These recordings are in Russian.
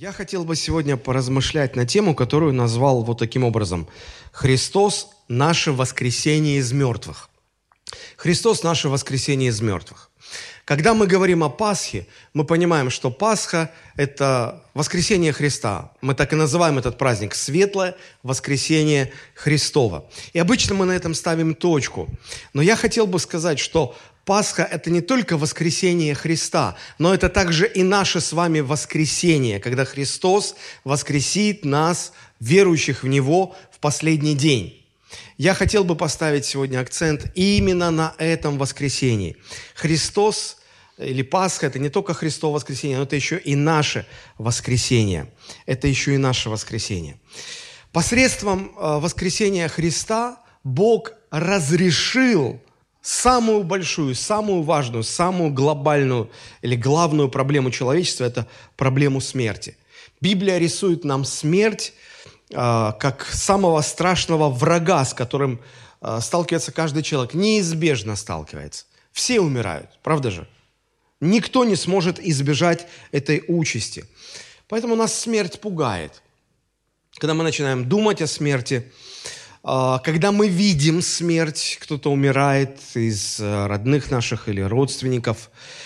Я хотел бы сегодня поразмышлять на тему, которую назвал вот таким образом. Христос– наше воскресение из мертвых. Христос– наше воскресение из мертвых. Когда мы говорим о Пасхе, мы понимаем, что Пасха – это воскресение Христа. Мы так и называем этот праздник – Светлое воскресение Христово. И обычно мы на этом ставим точку. Но я хотел бы сказать, что Пасха – это не только воскресение Христа, но это также и наше с вами воскресение, когда Христос воскресит нас, верующих в Него, в последний день. Я хотел бы поставить сегодня акцент именно на этом воскресении. Христос или Пасха – это не только Христово воскресение, но это еще и наше воскресение. Это еще и наше воскресение. Посредством воскресения Христа Бог разрешил самую большую, самую важную, самую глобальную или главную проблему человечества – это проблему смерти. Библия рисует нам смерть как самого страшного врага, с которым сталкивается каждый человек. Неизбежно сталкивается. Все умирают, правда же? Никто не сможет избежать этой участи. Поэтому нас смерть пугает. Когда мы начинаем думать о смерти, когда мы видим смерть, кто-то умирает из родных наших или родственников.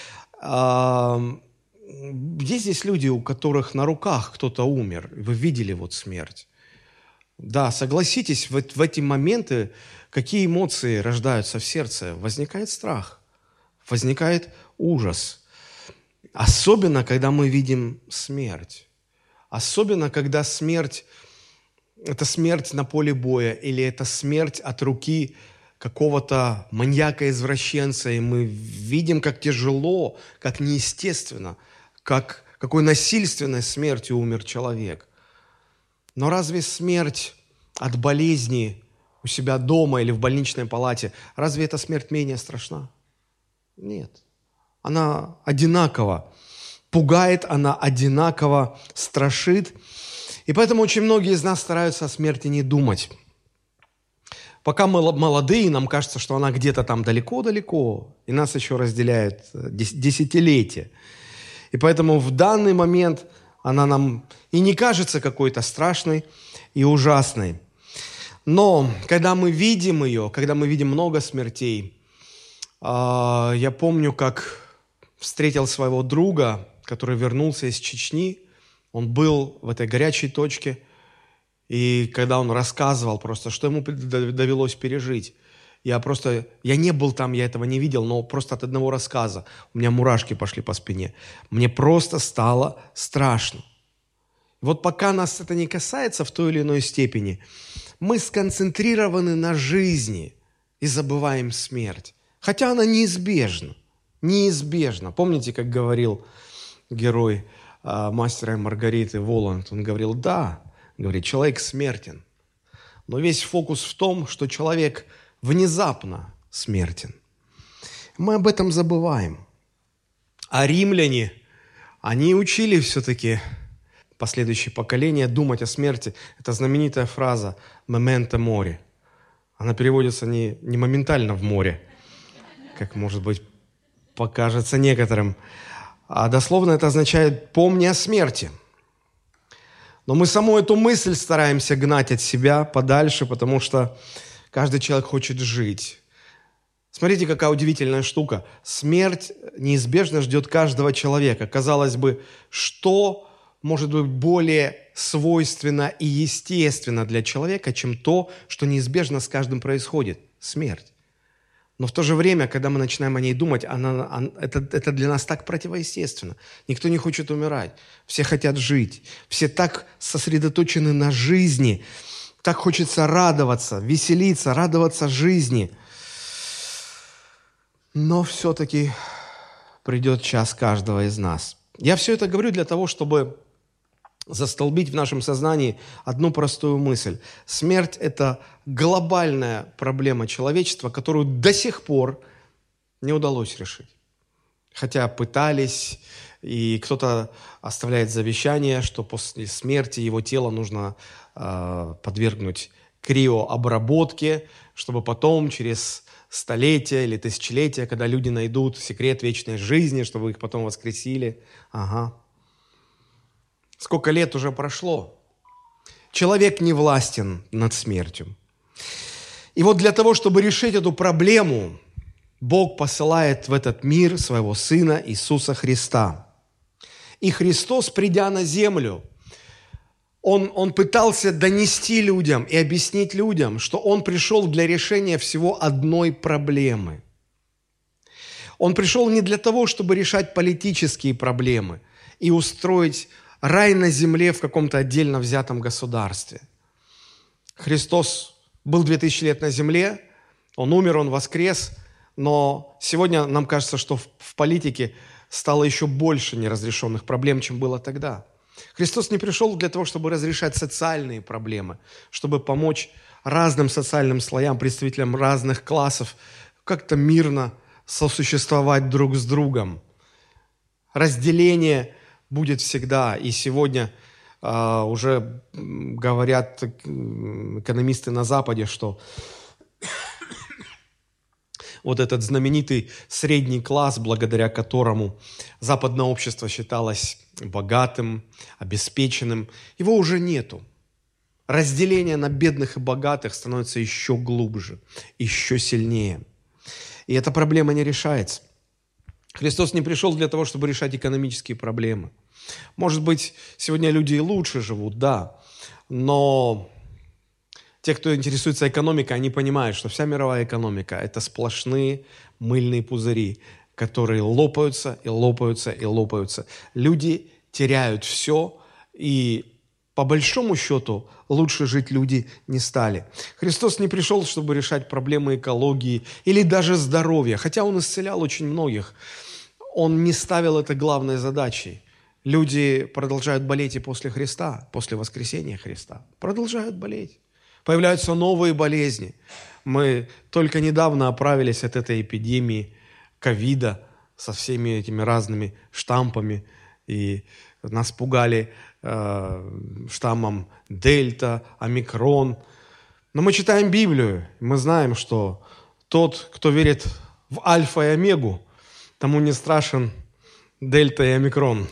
Есть здесь люди, у которых на руках кто-то умер. Вы видели вот смерть. Да, согласитесь, в эти моменты какие эмоции рождаются в сердце? Возникает страх, возникает ужас. Особенно, когда мы видим смерть. Особенно, когда смерть – это смерть на поле боя или это смерть от руки какого-то маньяка-извращенца, и мы видим, как тяжело, как неестественно, какой насильственной смертью умер человек. Но разве смерть от болезни у себя дома или в больничной палате, разве эта смерть менее страшна? Нет. Она одинаково пугает, она одинаково страшит. И поэтому очень многие из нас стараются о смерти не думать. Пока мы молодые, нам кажется, что она где-то там далеко-далеко, и нас еще разделяет десятилетия. И поэтому в данный момент она нам и не кажется какой-то страшной и ужасной. Но когда мы видим ее, когда мы видим много смертей, я помню, как встретил своего друга, который вернулся из Чечни. Он был в этой горячей точке, и когда он рассказывал просто, что ему довелось пережить, я не был там, я этого не видел, но просто от одного рассказа у меня мурашки пошли по спине. Мне просто стало страшно. Вот пока нас это не касается в той или иной степени, мы сконцентрированы на жизни и забываем смерть. Хотя она неизбежна. Неизбежна. Помните, как говорил герой «Мастера и Маргариты» Воланд? Он говорил, говорит, человек смертен. Но весь фокус в том, что человек внезапно смертен. Мы об этом забываем. А римляне, они учили все-таки последующее поколение думать о смерти. Это знаменитая фраза «memento mori». Она переводится не моментально в море, как, может быть, покажется некоторым, а дословно это означает «помни о смерти». Но мы саму эту мысль стараемся гнать от себя подальше, потому что каждый человек хочет жить. Смотрите, какая удивительная штука. Смерть неизбежно ждет каждого человека. Казалось бы, что может быть более свойственно и естественно для человека, чем то, что неизбежно с каждым происходит – смерть. Но в то же время, когда мы начинаем о ней думать, это для нас так противоестественно. Никто не хочет умирать. Все хотят жить. Все так сосредоточены на жизни. Так хочется радоваться, веселиться, радоваться жизни. Но все-таки придет час каждого из нас. Я все это говорю для того, чтобы застолбить в нашем сознании одну простую мысль. Смерть – это глобальная проблема человечества, которую до сих пор не удалось решить. Хотя пытались, и кто-то оставляет завещание, что после смерти его тело нужно подвергнуть криообработке, чтобы потом через столетия или тысячелетия, когда люди найдут секрет вечной жизни, чтобы их потом воскресили. Ага. Сколько лет уже прошло. Человек не властен над смертью. И вот для того, чтобы решить эту проблему, Бог посылает в этот мир своего Сына Иисуса Христа. И Христос, придя на землю, Он пытался донести людям и объяснить людям, что Он пришел для решения всего одной проблемы. Он пришел не для того, чтобы решать политические проблемы и устроить рай на земле в каком-то отдельно взятом государстве. Христос был 2000 лет на земле, Он умер, Он воскрес, но сегодня нам кажется, что в политике стало еще больше неразрешенных проблем, чем было тогда. Христос не пришел для того, чтобы разрешать социальные проблемы, чтобы помочь разным социальным слоям, представителям разных классов как-то мирно сосуществовать друг с другом. Разделение будет всегда, и сегодня уже говорят экономисты на Западе, что вот этот знаменитый средний класс, благодаря которому западное общество считалось богатым, обеспеченным, его уже нету. Разделение на бедных и богатых становится еще глубже, еще сильнее. И эта проблема не решается. Христос не пришел для того, чтобы решать экономические проблемы. Может быть, сегодня люди и лучше живут, да, но те, кто интересуется экономикой, они понимают, что вся мировая экономика – это сплошные мыльные пузыри, которые лопаются и лопаются и лопаются. Люди теряют все, и по большому счету лучше жить люди не стали. Христос не пришел, чтобы решать проблемы экологии или даже здоровья, хотя Он исцелял очень многих. Он не ставил это главной задачей. Люди продолжают болеть и после Христа, после воскресения Христа. Продолжают болеть. Появляются новые болезни. Мы только недавно оправились от этой эпидемии ковида со всеми этими разными штампами. И нас пугали штаммом дельта, омикрон. Но мы читаем Библию, мы знаем, что тот, кто верит в альфа и омегу, тому не страшен дельта и омикрон.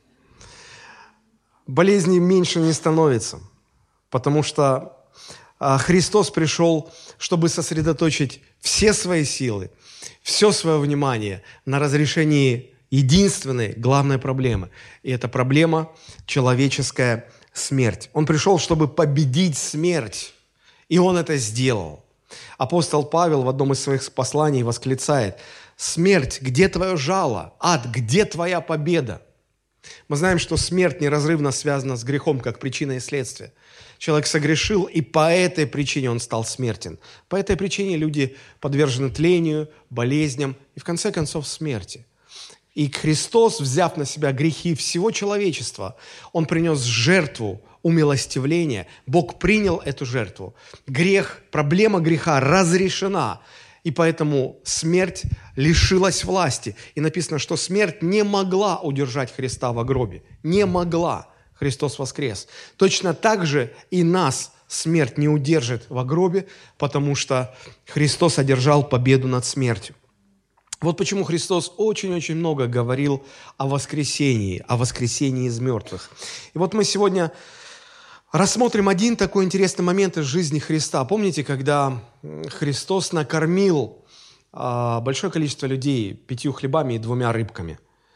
Болезней меньше не становится, потому что Христос пришел, чтобы сосредоточить все свои силы, все свое внимание на разрешении единственной главной проблемы. И это проблема человеческая смерть. Он пришел, чтобы победить смерть, и Он это сделал. Апостол Павел в одном из своих посланий восклицает: «Смерть, где твое жало? Ад, где твоя победа?» Мы знаем, что смерть неразрывно связана с грехом, как причина и следствие. Человек согрешил, и по этой причине он стал смертен. По этой причине люди подвержены тлению, болезням и, в конце концов, смерти. И Христос, взяв на себя грехи всего человечества, Он принес жертву умилостивления. Бог принял эту жертву. Грех, проблема греха разрешена. И поэтому смерть лишилась власти. И написано, что смерть не могла удержать Христа в гробе. Не могла. Христос воскрес. Точно так же и нас смерть не удержит в гробе, потому что Христос одержал победу над смертью. Вот почему Христос очень-очень много говорил о воскресении из мертвых. И вот мы сегодня рассмотрим один такой интересный момент из жизни Христа. Помните, когда Христос накормил большое количество людей 5 хлебами и 2 рыбками?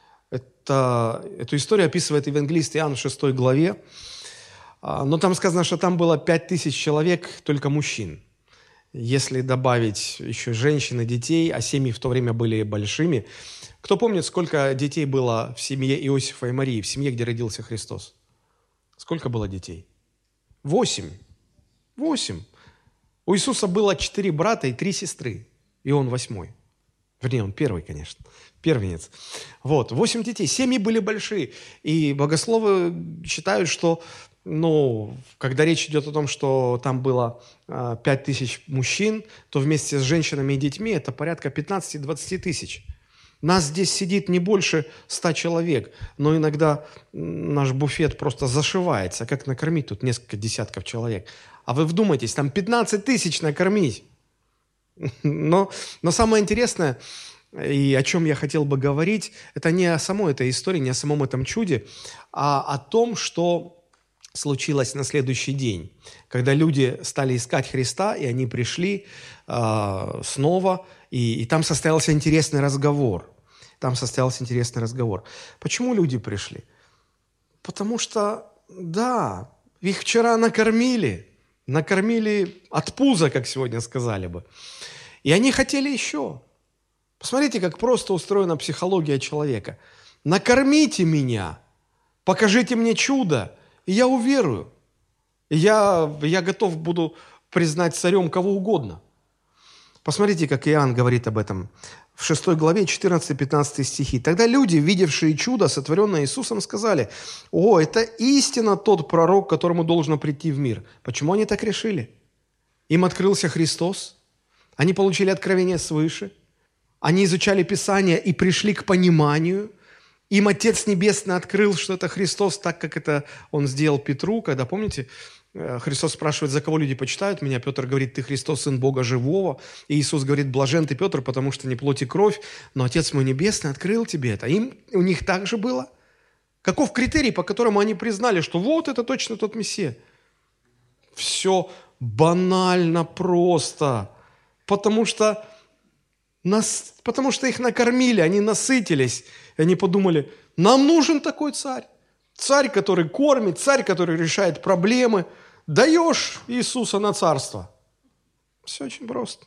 Эту историю описывает евангелист Иоанн в 6 главе. Но там сказано, что там было 5000 человек, только мужчин. Если добавить еще женщин и детей, а семьи в то время были большими. Кто помнит, сколько детей было в семье Иосифа и Марии, в семье, где родился Христос? Сколько было детей? 8. 8. У Иисуса было 4 брата и 3 сестры, и он 8. Вернее, он первый, конечно, первенец. Вот, 8 детей, семьи были большие. И богословы считают, что, когда речь идет о том, что там было 5000 мужчин, то вместе с женщинами и детьми это порядка 15-20 тысяч. Нас здесь сидит не больше 100 человек, но иногда наш буфет просто зашивается. Как накормить тут несколько десятков человек? А вы вдумайтесь, там 15 тысяч накормить. Но самое интересное, и о чем я хотел бы говорить, это не о самой этой истории, не о самом этом чуде, а о том, что случилось на следующий день, когда люди стали искать Христа, и они пришли снова, и там состоялся интересный разговор. Там состоялся интересный разговор. Почему люди пришли? Потому что, да, их вчера накормили от пуза, как сегодня сказали бы. И они хотели еще. Посмотрите, как просто устроена психология человека. Накормите меня, покажите мне чудо, и я уверую. И я готов буду признать царем кого угодно. Посмотрите, как Иоанн говорит об этом в 6 главе 14-15 стихи. «Тогда люди, видевшие чудо, сотворенное Иисусом, сказали: „О, это истинно тот пророк, которому должно прийти в мир“». Почему они так решили? Им открылся Христос, они получили откровение свыше, они изучали Писание и пришли к пониманию. Им Отец Небесный открыл, что это Христос, так как это Он сделал Петру, когда, помните, Христос спрашивает, за кого люди почитают меня. Петр говорит: «Ты Христос, Сын Бога Живого». И Иисус говорит: «Блажен ты, Петр, потому что не плоть и кровь, но Отец мой Небесный открыл тебе это». У них так же было. Каков критерий, по которому они признали, что вот это точно тот Мессия? Все банально просто. Потому что их накормили, они насытились. И они подумали: нам нужен такой царь. Царь, который кормит, царь, который решает проблемы. Даешь Иисуса на царство. Все очень просто.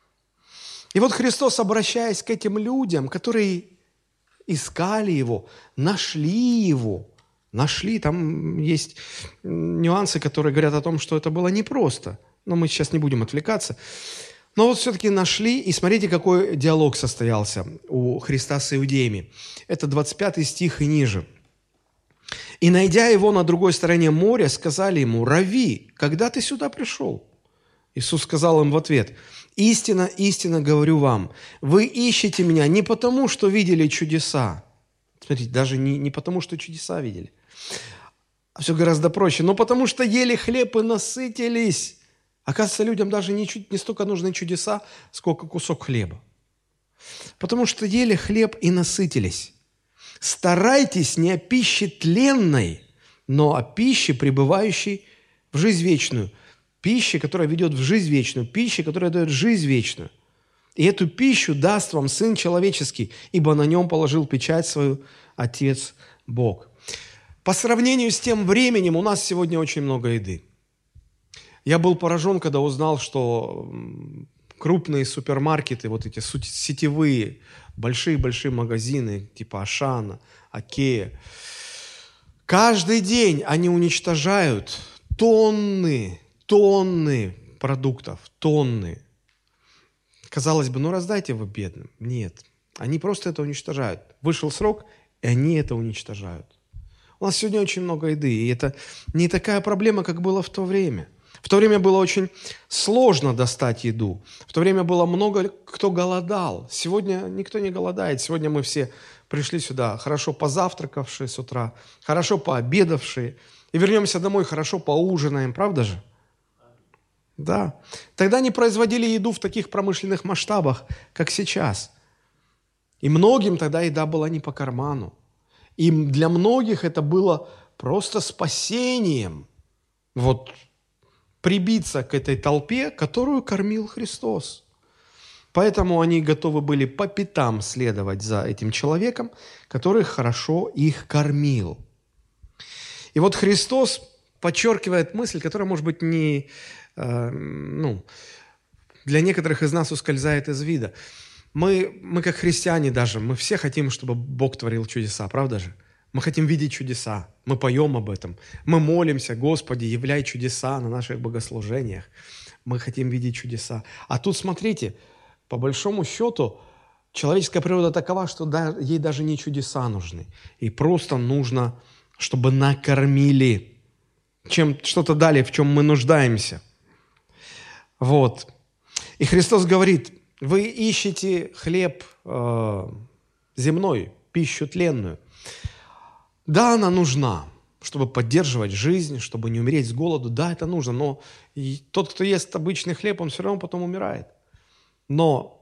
И вот Христос, обращаясь к этим людям, которые искали Его, нашли Его. Нашли, там есть нюансы, которые говорят о том, что это было непросто. Но мы сейчас не будем отвлекаться. Но вот все-таки нашли, и смотрите, какой диалог состоялся у Христа с иудеями. Это 25 стих и ниже. «И, найдя его на другой стороне моря, сказали ему: „Рави, когда ты сюда пришел?“ Иисус сказал им в ответ: „Истинно, истинно говорю вам, вы ищете меня не потому, что видели чудеса». Смотрите, даже не потому, что чудеса видели, а все гораздо проще. «Но потому что ели хлеб и насытились». Оказывается, людям даже не столько нужны чудеса, сколько кусок хлеба. Потому что ели хлеб и насытились. Старайтесь не о пище тленной, но о пище, пребывающей в жизнь вечную. Пище, которая ведет в жизнь вечную. Пище, которая дает жизнь вечную. И эту пищу даст вам Сын Человеческий, ибо на нем положил печать свою Отец Бог. По сравнению с тем временем у нас сегодня очень много еды. Я был поражен, когда узнал, что крупные супермаркеты, вот эти сетевые, большие-большие магазины, типа Ашана, Окея, каждый день они уничтожают тонны продуктов, тонны. Казалось бы, раздайте вы бедным. Нет, они просто это уничтожают. Вышел срок, и они это уничтожают. У нас сегодня очень много еды, и это не такая проблема, как было в то время. В то время было очень сложно достать еду. В то время было много кто голодал. Сегодня никто не голодает. Сегодня мы все пришли сюда, хорошо позавтракавшие с утра, хорошо пообедавшие, и вернемся домой, хорошо поужинаем. Правда же? Да. Тогда не производили еду в таких промышленных масштабах, как сейчас. И многим тогда еда была не по карману. И для многих это было просто спасением. Вот прибиться к этой толпе, которую кормил Христос. Поэтому они готовы были по пятам следовать за этим человеком, который хорошо их кормил. И вот Христос подчеркивает мысль, которая, может быть, для некоторых из нас ускользает из вида. Мы как христиане даже, мы все хотим, чтобы Бог творил чудеса, правда же? Мы хотим видеть чудеса, мы поем об этом, мы молимся: «Господи, являй чудеса на наших богослужениях». Мы хотим видеть чудеса. А тут, смотрите, по большому счету, человеческая природа такова, что ей даже не чудеса нужны. И просто нужно, чтобы накормили, что-то дали, в чем мы нуждаемся. Вот. И Христос говорит: вы ищете хлеб земной, пищу тленную. Да, она нужна, чтобы поддерживать жизнь, чтобы не умереть с голоду. Да, это нужно, но тот, кто ест обычный хлеб, он все равно потом умирает. Но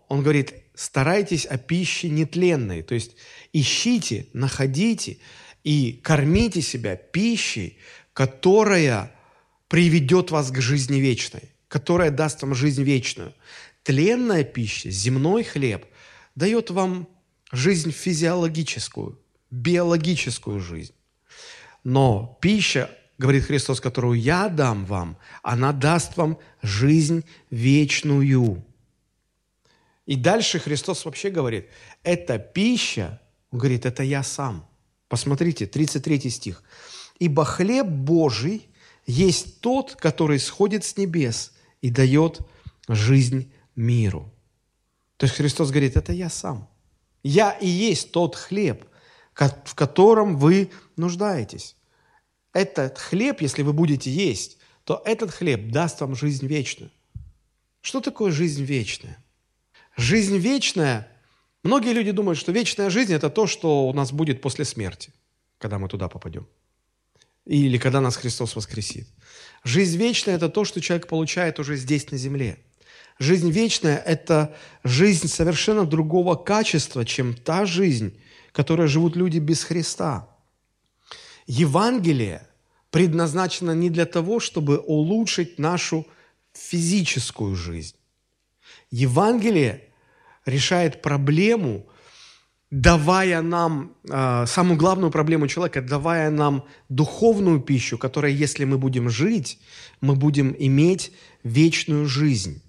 Он говорит, старайтесь о пище нетленной. То есть ищите, находите и кормите себя пищей, которая приведет вас к жизни вечной, которая даст вам жизнь вечную. Тленная пища, земной хлеб, дает вам жизнь физиологическую, биологическую жизнь. Но пища, говорит Христос, которую я дам вам, она даст вам жизнь вечную. И дальше Христос вообще говорит, эта пища, он говорит, это я сам. Посмотрите, 33 стих. «Ибо хлеб Божий есть тот, который сходит с небес и дает жизнь миру». То есть Христос говорит, это я сам. Я и есть тот хлеб, в котором вы нуждаетесь. Этот хлеб, если вы будете есть, то этот хлеб даст вам жизнь вечную. Что такое жизнь вечная? Жизнь вечная, многие люди думают, что вечная жизнь – это то, что у нас будет после смерти, когда мы туда попадем. Или когда нас Христос воскресит. Жизнь вечная – это то, что человек получает уже здесь, на земле. Жизнь вечная – это жизнь совершенно другого качества, чем та жизнь, которой живут люди без Христа. Евангелие предназначено не для того, чтобы улучшить нашу физическую жизнь. Евангелие решает проблему, давая нам, самую главную проблему человека, давая нам духовную пищу, которая, если мы будем жить, мы будем иметь вечную жизнь.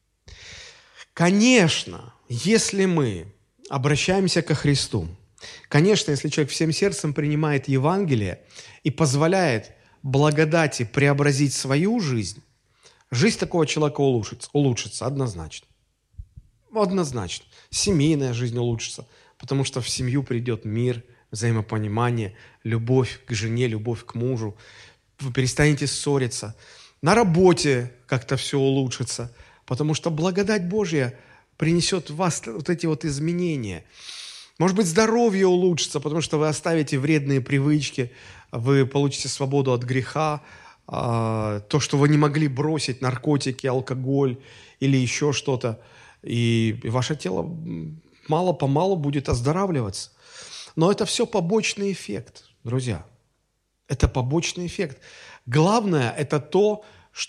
Конечно, если мы обращаемся ко Христу, конечно, если человек всем сердцем принимает Евангелие и позволяет благодати преобразить свою жизнь, жизнь такого человека улучшится однозначно. Однозначно. Семейная жизнь улучшится, потому что в семью придет мир, взаимопонимание, любовь к жене, любовь к мужу. Вы перестанете ссориться. На работе как-то все улучшится, потому что благодать Божья принесет в вас вот эти вот изменения. Может быть, здоровье улучшится, потому что вы оставите вредные привычки, вы получите свободу от греха, то, что вы не могли бросить, наркотики, алкоголь или еще что-то, и ваше тело мало-помалу будет оздоравливаться. Но это все побочный эффект, друзья. Это побочный эффект. Главное – это то,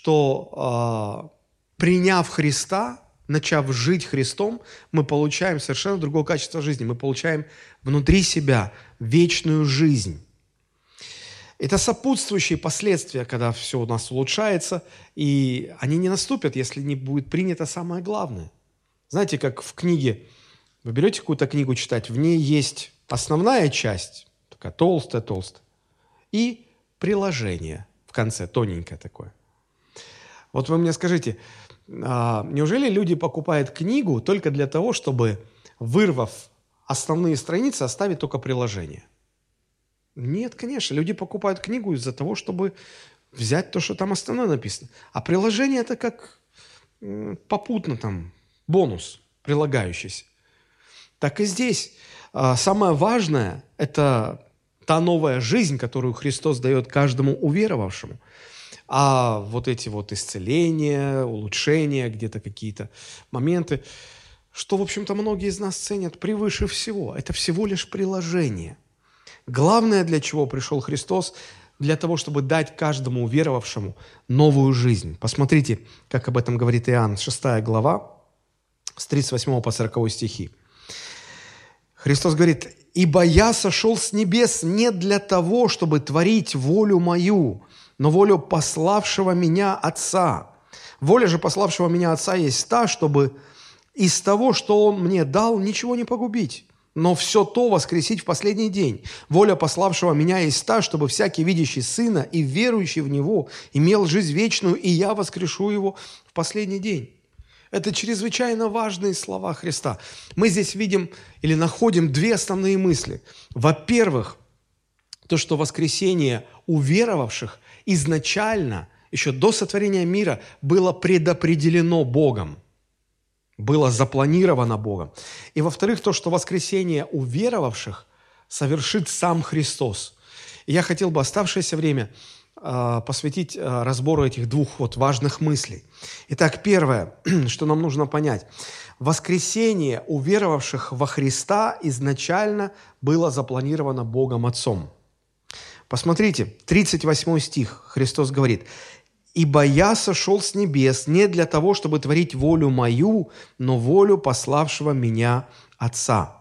что, приняв Христа, начав жить Христом, мы получаем совершенно другое качество жизни. Мы получаем внутри себя вечную жизнь. Это сопутствующие последствия, когда все у нас улучшается, и они не наступят, если не будет принято самое главное. Знаете, как в книге, вы берете какую-то книгу читать, в ней есть основная часть, такая толстая-толстая, и приложение в конце, тоненькое такое. Вот вы мне скажите, неужели люди покупают книгу только для того, чтобы, вырвав основные страницы, оставить только приложение? Нет, конечно, люди покупают книгу из-за того, чтобы взять то, что там основное написано. А приложение – это как попутно там бонус прилагающийся. Так и здесь. Самое важное – это та новая жизнь, которую Христос дает каждому уверовавшему. А вот эти вот исцеления, улучшения, где-то какие-то моменты, что, в общем-то, многие из нас ценят превыше всего. Это всего лишь приложение. Главное, для чего пришел Христос, для того, чтобы дать каждому уверовавшему новую жизнь. Посмотрите, как об этом говорит Иоанн, 6 глава, с 38 по 40 стихи. Христос говорит: «Ибо я сошел с небес не для того, чтобы творить волю мою, но волю пославшего меня Отца. Воля же пославшего меня Отца есть та, чтобы из того, что Он мне дал, ничего не погубить, но все то воскресить в последний день. Воля пославшего меня есть та, чтобы всякий, видящий Сына и верующий в Него, имел жизнь вечную, и я воскрешу его в последний день». Это чрезвычайно важные слова Христа. Мы здесь видим или находим две основные мысли. Во-первых, то, что воскресение уверовавших изначально, еще до сотворения мира, было предопределено Богом, было запланировано Богом. И во-вторых, то, что воскресение уверовавших совершит сам Христос. И я хотел бы оставшееся время посвятить разбору этих двух вот важных мыслей. Итак, первое, что нам нужно понять. Воскресение уверовавших во Христа изначально было запланировано Богом Отцом. Посмотрите, 38 стих, Христос говорит: «Ибо я сошел с небес не для того, чтобы творить волю мою, но волю пославшего меня Отца».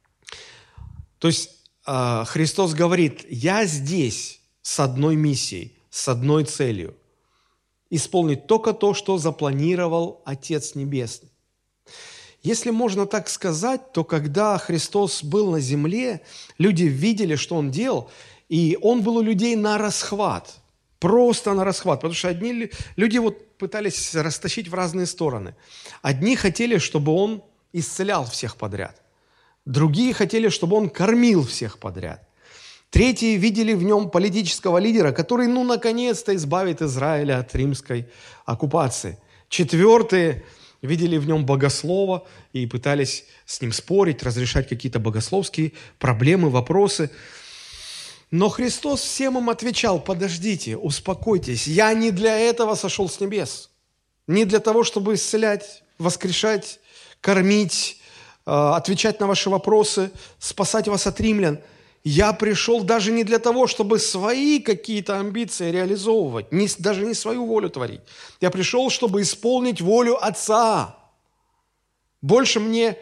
То есть Христос говорит: я здесь с одной миссией, с одной целью – исполнить только то, что запланировал Отец Небесный. Если можно так сказать, то когда Христос был на земле, люди видели, что Он делал, и Он был у людей на расхват, просто на расхват, потому что одни люди вот пытались растащить в разные стороны. Одни хотели, чтобы Он исцелял всех подряд, другие хотели, чтобы Он кормил всех подряд. Третьи видели в Нем политического лидера, который, наконец-то избавит Израиля от римской оккупации. Четвертые видели в Нем богослова и пытались с Ним спорить, разрешать какие-то богословские проблемы, вопросы. Но Христос всем им отвечал: подождите, успокойтесь, я не для этого сошел с небес. Не для того, чтобы исцелять, воскрешать, кормить, отвечать на ваши вопросы, спасать вас от римлян. Я пришел даже не для того, чтобы свои какие-то амбиции реализовывать, даже не свою волю творить. Я пришел, чтобы исполнить волю Отца. Больше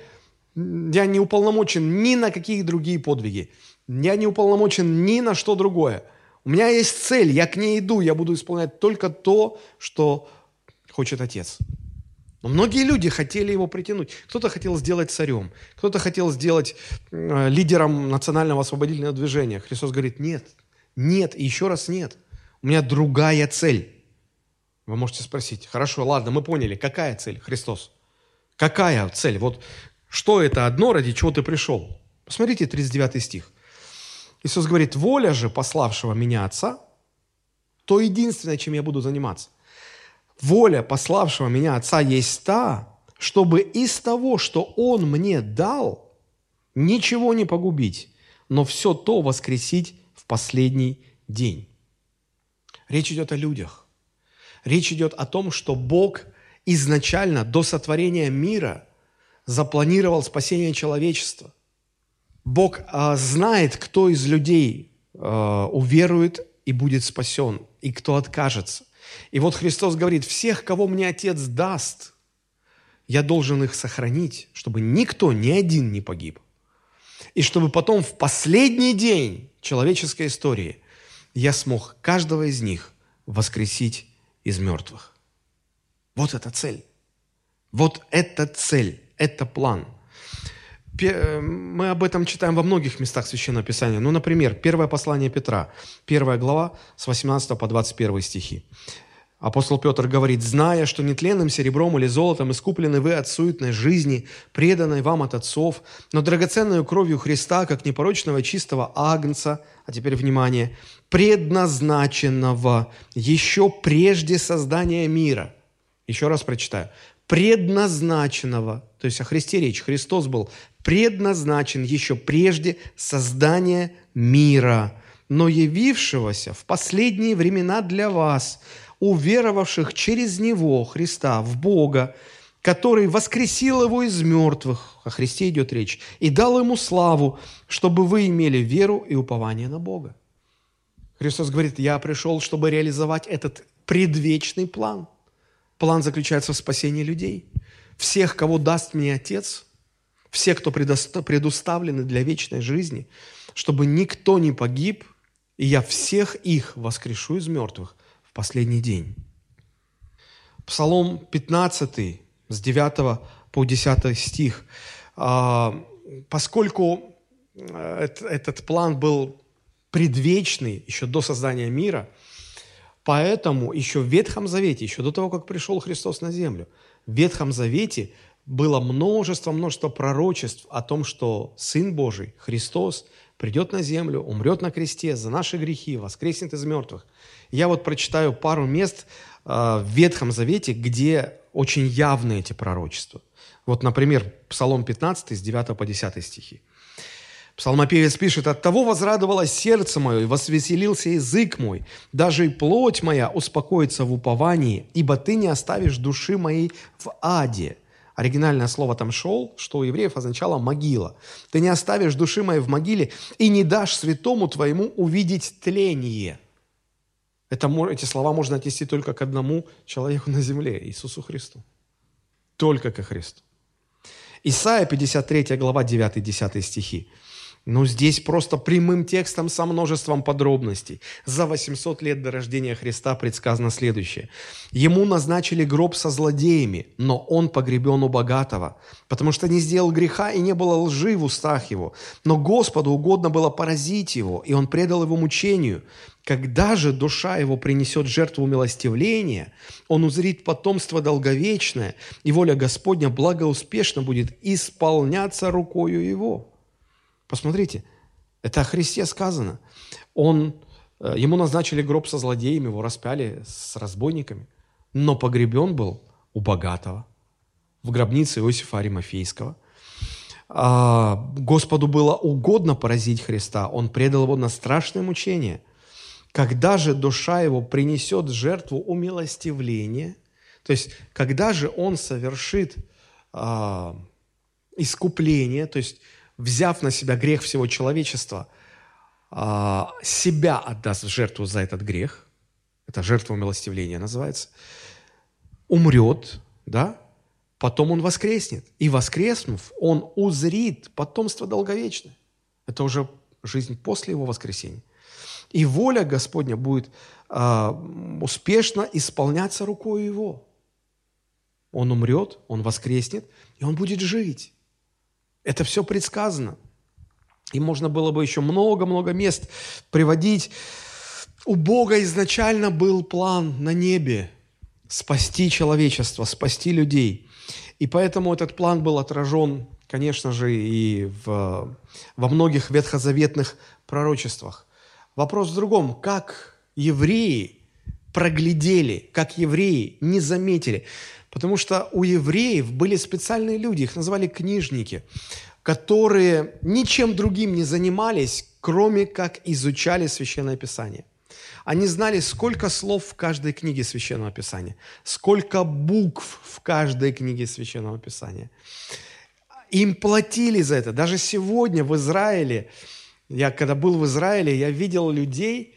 я не уполномочен ни на какие другие подвиги. Я не уполномочен ни на что другое. У меня есть цель, я к ней иду, я буду исполнять только то, что хочет Отец. Но многие люди хотели Его притянуть. Кто-то хотел сделать царем, кто-то хотел сделать лидером национального освободительного движения. Христос говорит: нет, нет и еще раз нет. У меня другая цель. Вы можете спросить: хорошо, ладно, мы поняли, какая цель, Христос? Какая цель? Вот что это одно, ради чего ты пришел? Посмотрите, 39 стих. Иисус говорит: воля же пославшего меня Отца, то единственное, чем я буду заниматься. Воля пославшего меня Отца есть та, чтобы из того, что Он мне дал, ничего не погубить, но все то воскресить в последний день. Речь идет о людях. Речь идет о том, что Бог изначально, до сотворения мира, запланировал спасение человечества. Бог знает, кто из людей уверует и будет спасен, и кто откажется. И вот Христос говорит: всех, кого мне Отец даст, я должен их сохранить, чтобы никто, ни один не погиб. И чтобы потом в последний день человеческой истории я смог каждого из них воскресить из мертвых. Вот эта цель. Вот эта цель, это план. Мы об этом читаем во многих местах Священного Писания. Например, первое послание Петра, 1 глава, с 18 по 21 стихи. Апостол Петр говорит: «Зная, что нетленным серебром или золотом искуплены вы от суетной жизни, преданной вам от отцов, но драгоценную кровью Христа, как непорочного и чистого агнца», а теперь внимание, «предназначенного еще прежде создания мира». Еще раз прочитаю. Предназначенного, то есть о Христе речь. Христос был предназначен еще прежде создания мира, но явившегося в последние времена для вас, уверовавших через Него, Христа, в Бога, который воскресил Его из мертвых, о Христе идет речь, и дал Ему славу, чтобы вы имели веру и упование на Бога. Христос говорит: я пришел, чтобы реализовать этот предвечный план. План заключается в спасении людей. Всех, кого даст мне Отец, все, кто предуставлены для вечной жизни, чтобы никто не погиб, и я всех их воскрешу из мертвых в последний день. Псалом 15, с 9 по 10 стих. Поскольку этот план был предвечный еще до создания мира, поэтому еще в Ветхом Завете, еще до того, как пришел Христос на землю, в Ветхом Завете было множество пророчеств о том, что Сын Божий, Христос, придет на землю, умрет на кресте за наши грехи, воскреснет из мертвых. Я вот прочитаю пару мест в Ветхом Завете, где очень явны эти пророчества. Вот, например, Псалом 15, с 9 по 10 стихи. Псалмопевец пишет: «Оттого возрадовалось сердце мое, и возвеселился язык мой, даже и плоть моя успокоится в уповании, ибо ты не оставишь души моей в аде». Оригинальное слово там «шел», что у евреев означало «могила». «Ты не оставишь души моей в могиле и не дашь святому твоему увидеть тление». Эти слова можно отнести только к одному человеку на земле, Иисусу Христу. Только ко Христу. Исайя, 53 глава, 9-10 стихи. Но здесь просто прямым текстом со множеством подробностей. За 800 лет до рождения Христа предсказано следующее. «Ему назначили гроб со злодеями, но он погребен у богатого, потому что не сделал греха и не было лжи в устах его. Но Господу угодно было поразить его, и он предал его мучению. Когда же душа его принесет жертву милостивления, он узрит потомство долговечное, и воля Господня благоуспешно будет исполняться рукою его». Посмотрите, это о Христе сказано. Ему назначили гроб со злодеями, его распяли с разбойниками, но погребен был у богатого, в гробнице Иосифа Аримафейского. Господу было угодно поразить Христа, он предал его на страшное мучение. Когда же душа его принесет жертву умилостивления, то есть когда же он совершит искупление, то есть взяв на себя грех всего человечества, себя отдаст в жертву за этот грех, это жертва умилостивления называется, умрет, да, потом он воскреснет, и воскреснув, он узрит потомство долговечное. Это уже жизнь после его воскресения. И воля Господня будет успешно исполняться рукой его. Он умрет, он воскреснет, и он будет жить. Это все предсказано. И можно было бы еще много-много мест приводить. У Бога изначально был план на небе спасти человечество, спасти людей. И поэтому этот план был отражен, конечно же, и во многих ветхозаветных пророчествах. Вопрос в другом. Как евреи проглядели, как евреи не заметили? Потому что у евреев были специальные люди, их называли книжники, которые ничем другим не занимались, кроме как изучали Священное Писание. Они знали, сколько слов в каждой книге Священного Писания, сколько букв в каждой книге Священного Писания. Им платили за это. Даже сегодня в Израиле, я когда был в Израиле, я видел людей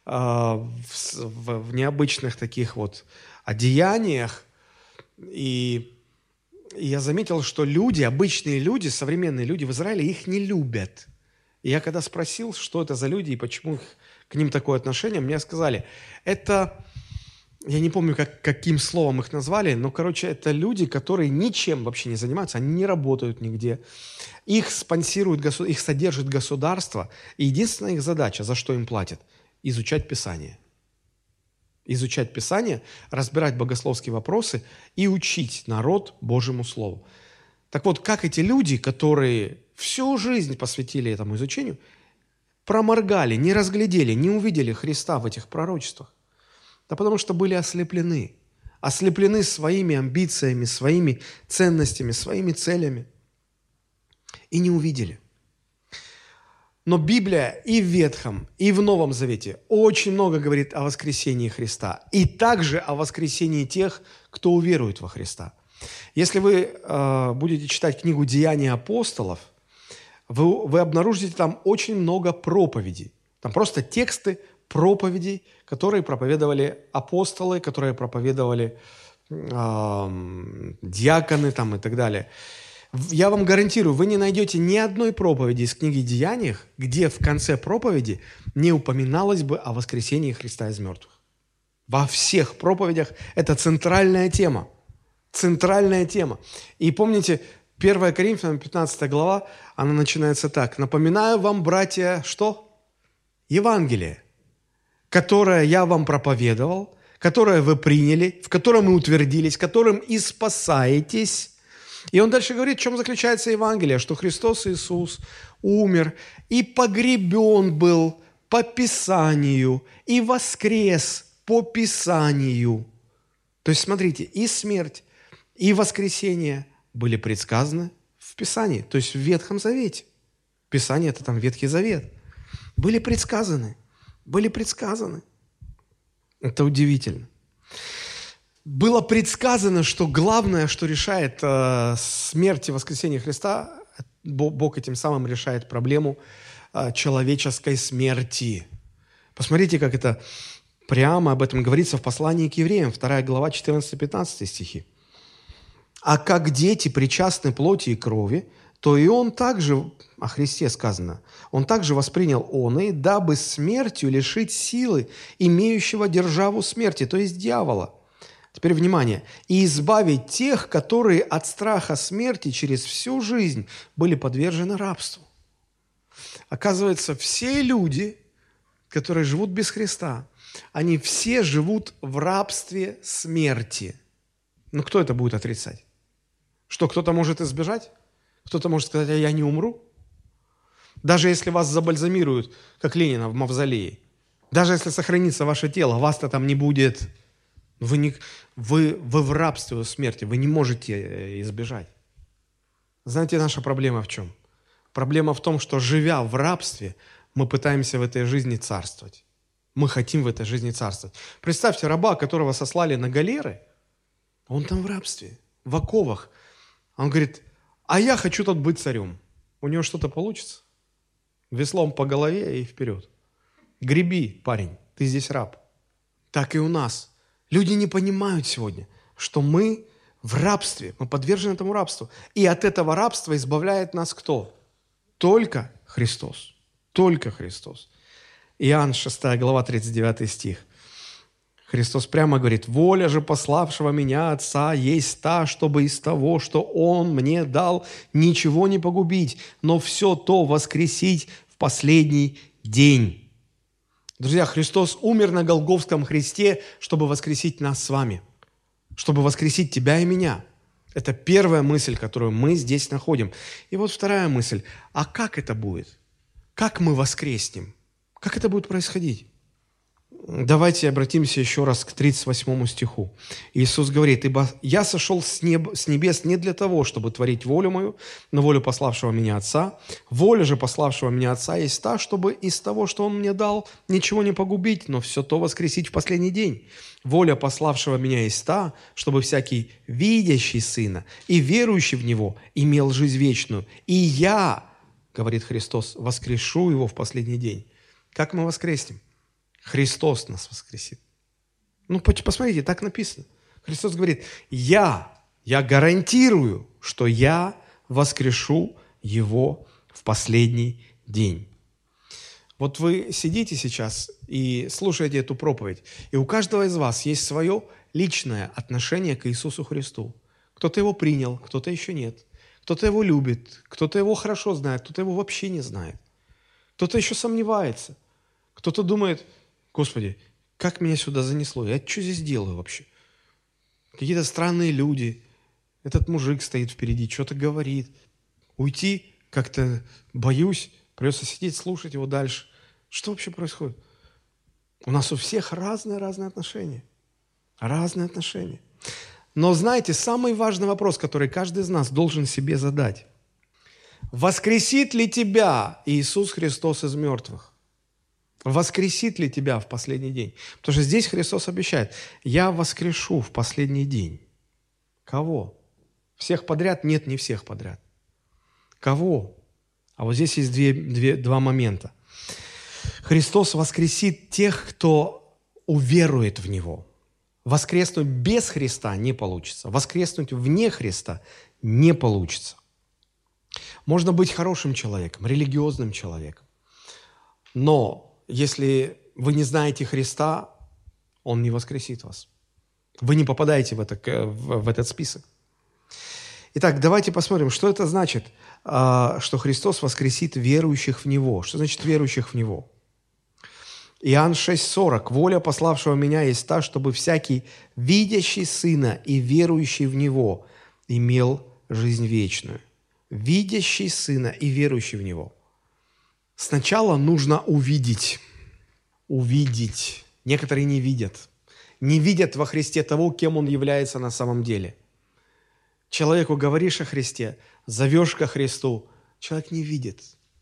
в необычных таких вот одеяниях, и я заметил, что люди, обычные люди, современные люди в Израиле, их не любят. И я когда спросил, что это за люди и почему к ним такое отношение, мне сказали, это, я не помню, каким словом их назвали, но, короче, это люди, которые ничем вообще не занимаются, они не работают нигде. Их спонсирует, их содержит государство, и единственная их задача, за что им платят, изучать Писание. Изучать Писание, разбирать богословские вопросы и учить народ Божьему Слову. Так вот, как эти люди, которые всю жизнь посвятили этому изучению, проморгали, не разглядели, не увидели Христа в этих пророчествах? Да потому что были ослеплены. Ослеплены своими амбициями, своими ценностями, своими целями. И не увидели. Но Библия и в Ветхом, и в Новом Завете очень много говорит о воскресении Христа. И также о воскресении тех, кто уверует во Христа. Если вы будете читать книгу «Деяния апостолов», вы обнаружите там очень много проповедей. Там просто тексты проповедей, которые проповедовали апостолы, которые проповедовали диаконы там, и так далее. Я вам гарантирую, вы не найдете ни одной проповеди из книги «Деяний», где в конце проповеди не упоминалось бы о воскресении Христа из мертвых. Во всех проповедях это центральная тема. Центральная тема. И помните, 1 Коринфянам 15 глава, она начинается так. «Напоминаю вам, братья, что? Евангелие, которое я вам проповедовал, которое вы приняли, в котором и утвердились, которым и спасаетесь». И он дальше говорит, в чем заключается Евангелие, что Христос Иисус умер и погребен был по Писанию и воскрес по Писанию. То есть, смотрите, и смерть, и воскресение были предсказаны в Писании, то есть в Ветхом Завете. Писание – это там Ветхий Завет. Были предсказаны. Были предсказаны. Это удивительно. Было предсказано, что главное, что решает смерть и воскресение Христа, Бог этим самым решает проблему человеческой смерти. Посмотрите, как это прямо об этом говорится в послании к евреям, 2 глава, 14-15 стихи. «А как дети причастны плоти и крови, то и он также, о Христе сказано, он также воспринял оные, дабы смертью лишить силы имеющего державу смерти, то есть дьявола». Теперь внимание. «И избавить тех, которые от страха смерти через всю жизнь были подвержены рабству». Оказывается, все люди, которые живут без Христа, они все живут в рабстве смерти. Но кто это будет отрицать? Что, кто-то может избежать? Кто-то может сказать, а я не умру? Даже если вас забальзамируют, как Ленина в мавзолее, даже если сохранится ваше тело, вас-то там не будет. Вы в рабстве смерти, вы не можете избежать. Знаете, наша проблема в чем? Проблема в том, что, живя в рабстве, мы пытаемся в этой жизни царствовать. Мы хотим в этой жизни царствовать. Представьте, раба, которого сослали на галеры, он там в рабстве, в оковах. Он говорит, а я хочу тут быть царем. У него что-то получится? Веслом по голове и вперед. Греби, парень, ты здесь раб. Так и у нас. Люди не понимают сегодня, что мы в рабстве, мы подвержены этому рабству. И от этого рабства избавляет нас кто? Только Христос. Только Христос. Иоанн 6 глава 39 стих. Христос прямо говорит, «Воля же пославшего меня Отца есть та, чтобы из того, что Он мне дал, ничего не погубить, но все то воскресить в последний день». Друзья, Христос умер на Голгофском кресте, чтобы воскресить нас с вами, чтобы воскресить тебя и меня. Это первая мысль, которую мы здесь находим. И вот вторая мысль. А как это будет? Как мы воскреснем? Как это будет происходить? Давайте обратимся еще раз к 38 стиху. Иисус говорит, «Ибо я сошел с небес не для того, чтобы творить волю мою, но волю пославшего меня Отца. Воля же пославшего меня Отца есть та, чтобы из того, что Он мне дал, ничего не погубить, но все то воскресить в последний день. Воля пославшего меня есть та, чтобы всякий видящий Сына и верующий в Него имел жизнь вечную. И я, говорит Христос, воскрешу его в последний день». Как мы воскреснем? Христос нас воскресит. Ну, посмотрите, так написано. Христос говорит, я гарантирую, что я воскрешу его в последний день. Вот вы сидите сейчас и слушаете эту проповедь, и у каждого из вас есть свое личное отношение к Иисусу Христу. Кто-то его принял, кто-то еще нет. Кто-то его любит, кто-то его хорошо знает, кто-то его вообще не знает. Кто-то еще сомневается. Кто-то думает, Господи, как меня сюда занесло? Я что здесь делаю вообще? Какие-то странные люди. Этот мужик стоит впереди, что-то говорит. Уйти как-то боюсь. Придется сидеть, слушать его дальше. Что вообще происходит? У нас у всех разные отношения. Разные отношения. Но знаете, самый важный вопрос, который каждый из нас должен себе задать. Воскресит ли тебя Иисус Христос из мертвых? Воскресит ли тебя в последний день? Потому что здесь Христос обещает, я воскрешу в последний день. Кого? Всех подряд? Нет, не всех подряд. Кого? А вот здесь есть два момента. Христос воскресит тех, кто уверует в Него. Воскреснуть без Христа не получится. Воскреснуть вне Христа не получится. Можно быть хорошим человеком, религиозным человеком. Но если вы не знаете Христа, Он не воскресит вас. Вы не попадаете в этот список. Итак, давайте посмотрим, что это значит, что Христос воскресит верующих в Него. Что значит верующих в Него? Иоанн 6,40. «Воля пославшего меня есть та, чтобы всякий, видящий Сына и верующий в Него, имел жизнь вечную». Видящий Сына и верующий в Него. Сначала нужно увидеть. Увидеть. Некоторые не видят. Не видят во Христе того, кем Он является на самом деле. Человеку говоришь о Христе, зовешь ко Христу, человек не видит.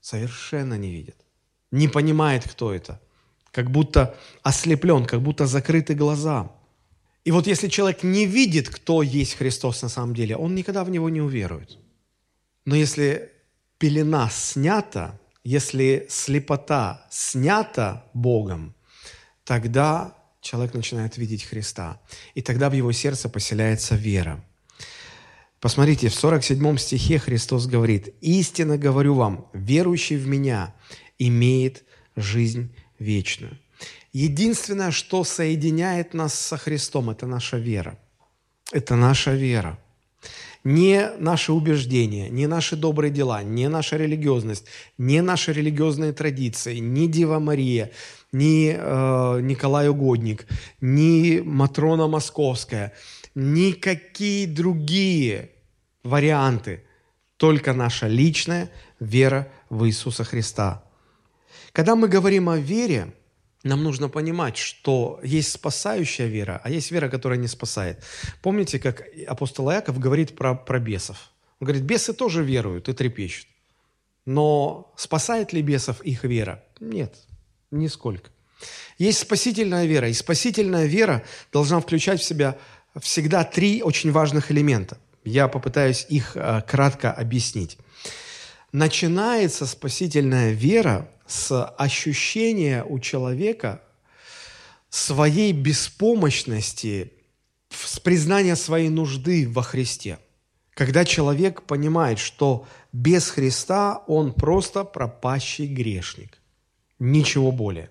Совершенно не видит. Не понимает, кто это. Как будто ослеплен, как будто закрыты глаза. И вот если человек не видит, кто есть Христос на самом деле, он никогда в Него не уверует. Но если пелена снята, если слепота снята Богом, тогда человек начинает видеть Христа. И тогда в его сердце поселяется вера. Посмотрите, в 47 стихе Христос говорит: «Истинно говорю вам, верующий в Меня имеет жизнь вечную». Единственное, что соединяет нас со Христом, это наша вера. Это наша вера. Не наши убеждения, не наши добрые дела, не наша религиозность, не наши религиозные традиции, ни Дева Мария, ни Николай Угодник, ни Матрона Московская, никакие другие варианты, только наша личная вера в Иисуса Христа. Когда мы говорим о вере, нам нужно понимать, что есть спасающая вера, а есть вера, которая не спасает. Помните, как апостол Иаков говорит про бесов? Он говорит, бесы тоже веруют и трепещут. Но спасает ли бесов их вера? Нет, нисколько. Есть спасительная вера, и спасительная вера должна включать в себя всегда 3 очень важных элемента. Я попытаюсь их кратко объяснить. Начинается спасительная вера с ощущения у человека своей беспомощности, с признания своей нужды во Христе. Когда человек понимает, что без Христа он просто пропащий грешник. Ничего более.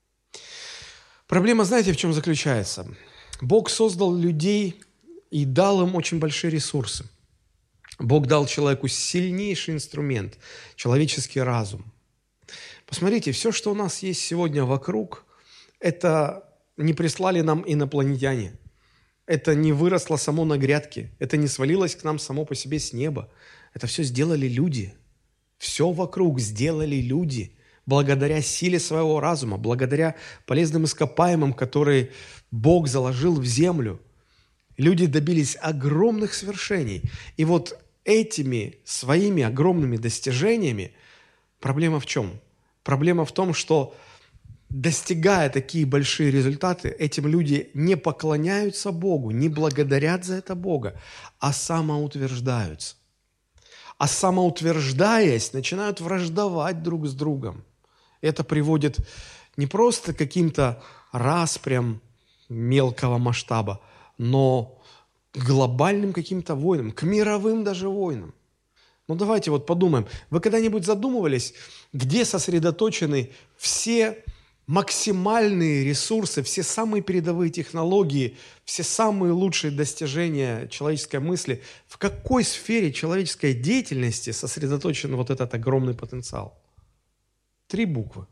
Проблема, знаете, в чем заключается? Бог создал людей и дал им очень большие ресурсы. Бог дал человеку сильнейший инструмент – человеческий разум. Посмотрите, все, что у нас есть сегодня вокруг, это не прислали нам инопланетяне. Это не выросло само на грядке. Это не свалилось к нам само по себе с неба. Это все сделали люди. Все вокруг сделали люди. Благодаря силе своего разума, благодаря полезным ископаемым, которые Бог заложил в землю. Люди добились огромных свершений. И вот этими своими огромными достижениями проблема в чем? Проблема в том, что, достигая такие большие результаты, этим люди не поклоняются Богу, не благодарят за это Бога, а самоутверждаются. А самоутверждаясь, начинают враждовать друг с другом. Это приводит не просто к каким-то распрям мелкого масштаба, но к глобальным каким-то войнам, к мировым даже войнам. Ну давайте вот подумаем, вы когда-нибудь задумывались, где сосредоточены все максимальные ресурсы, все самые передовые технологии, все самые лучшие достижения человеческой мысли, в какой сфере человеческой деятельности сосредоточен вот этот огромный потенциал? 3 буквы.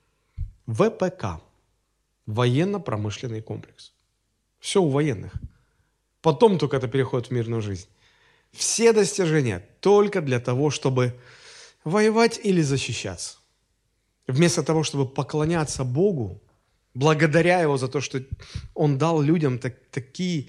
ВПК. Военно-промышленный комплекс. Все у военных. Потом только это переходит в мирную жизнь. Все достижения только для того, чтобы воевать или защищаться. Вместо того, чтобы поклоняться Богу, благодаря Его за то, что Он дал людям такие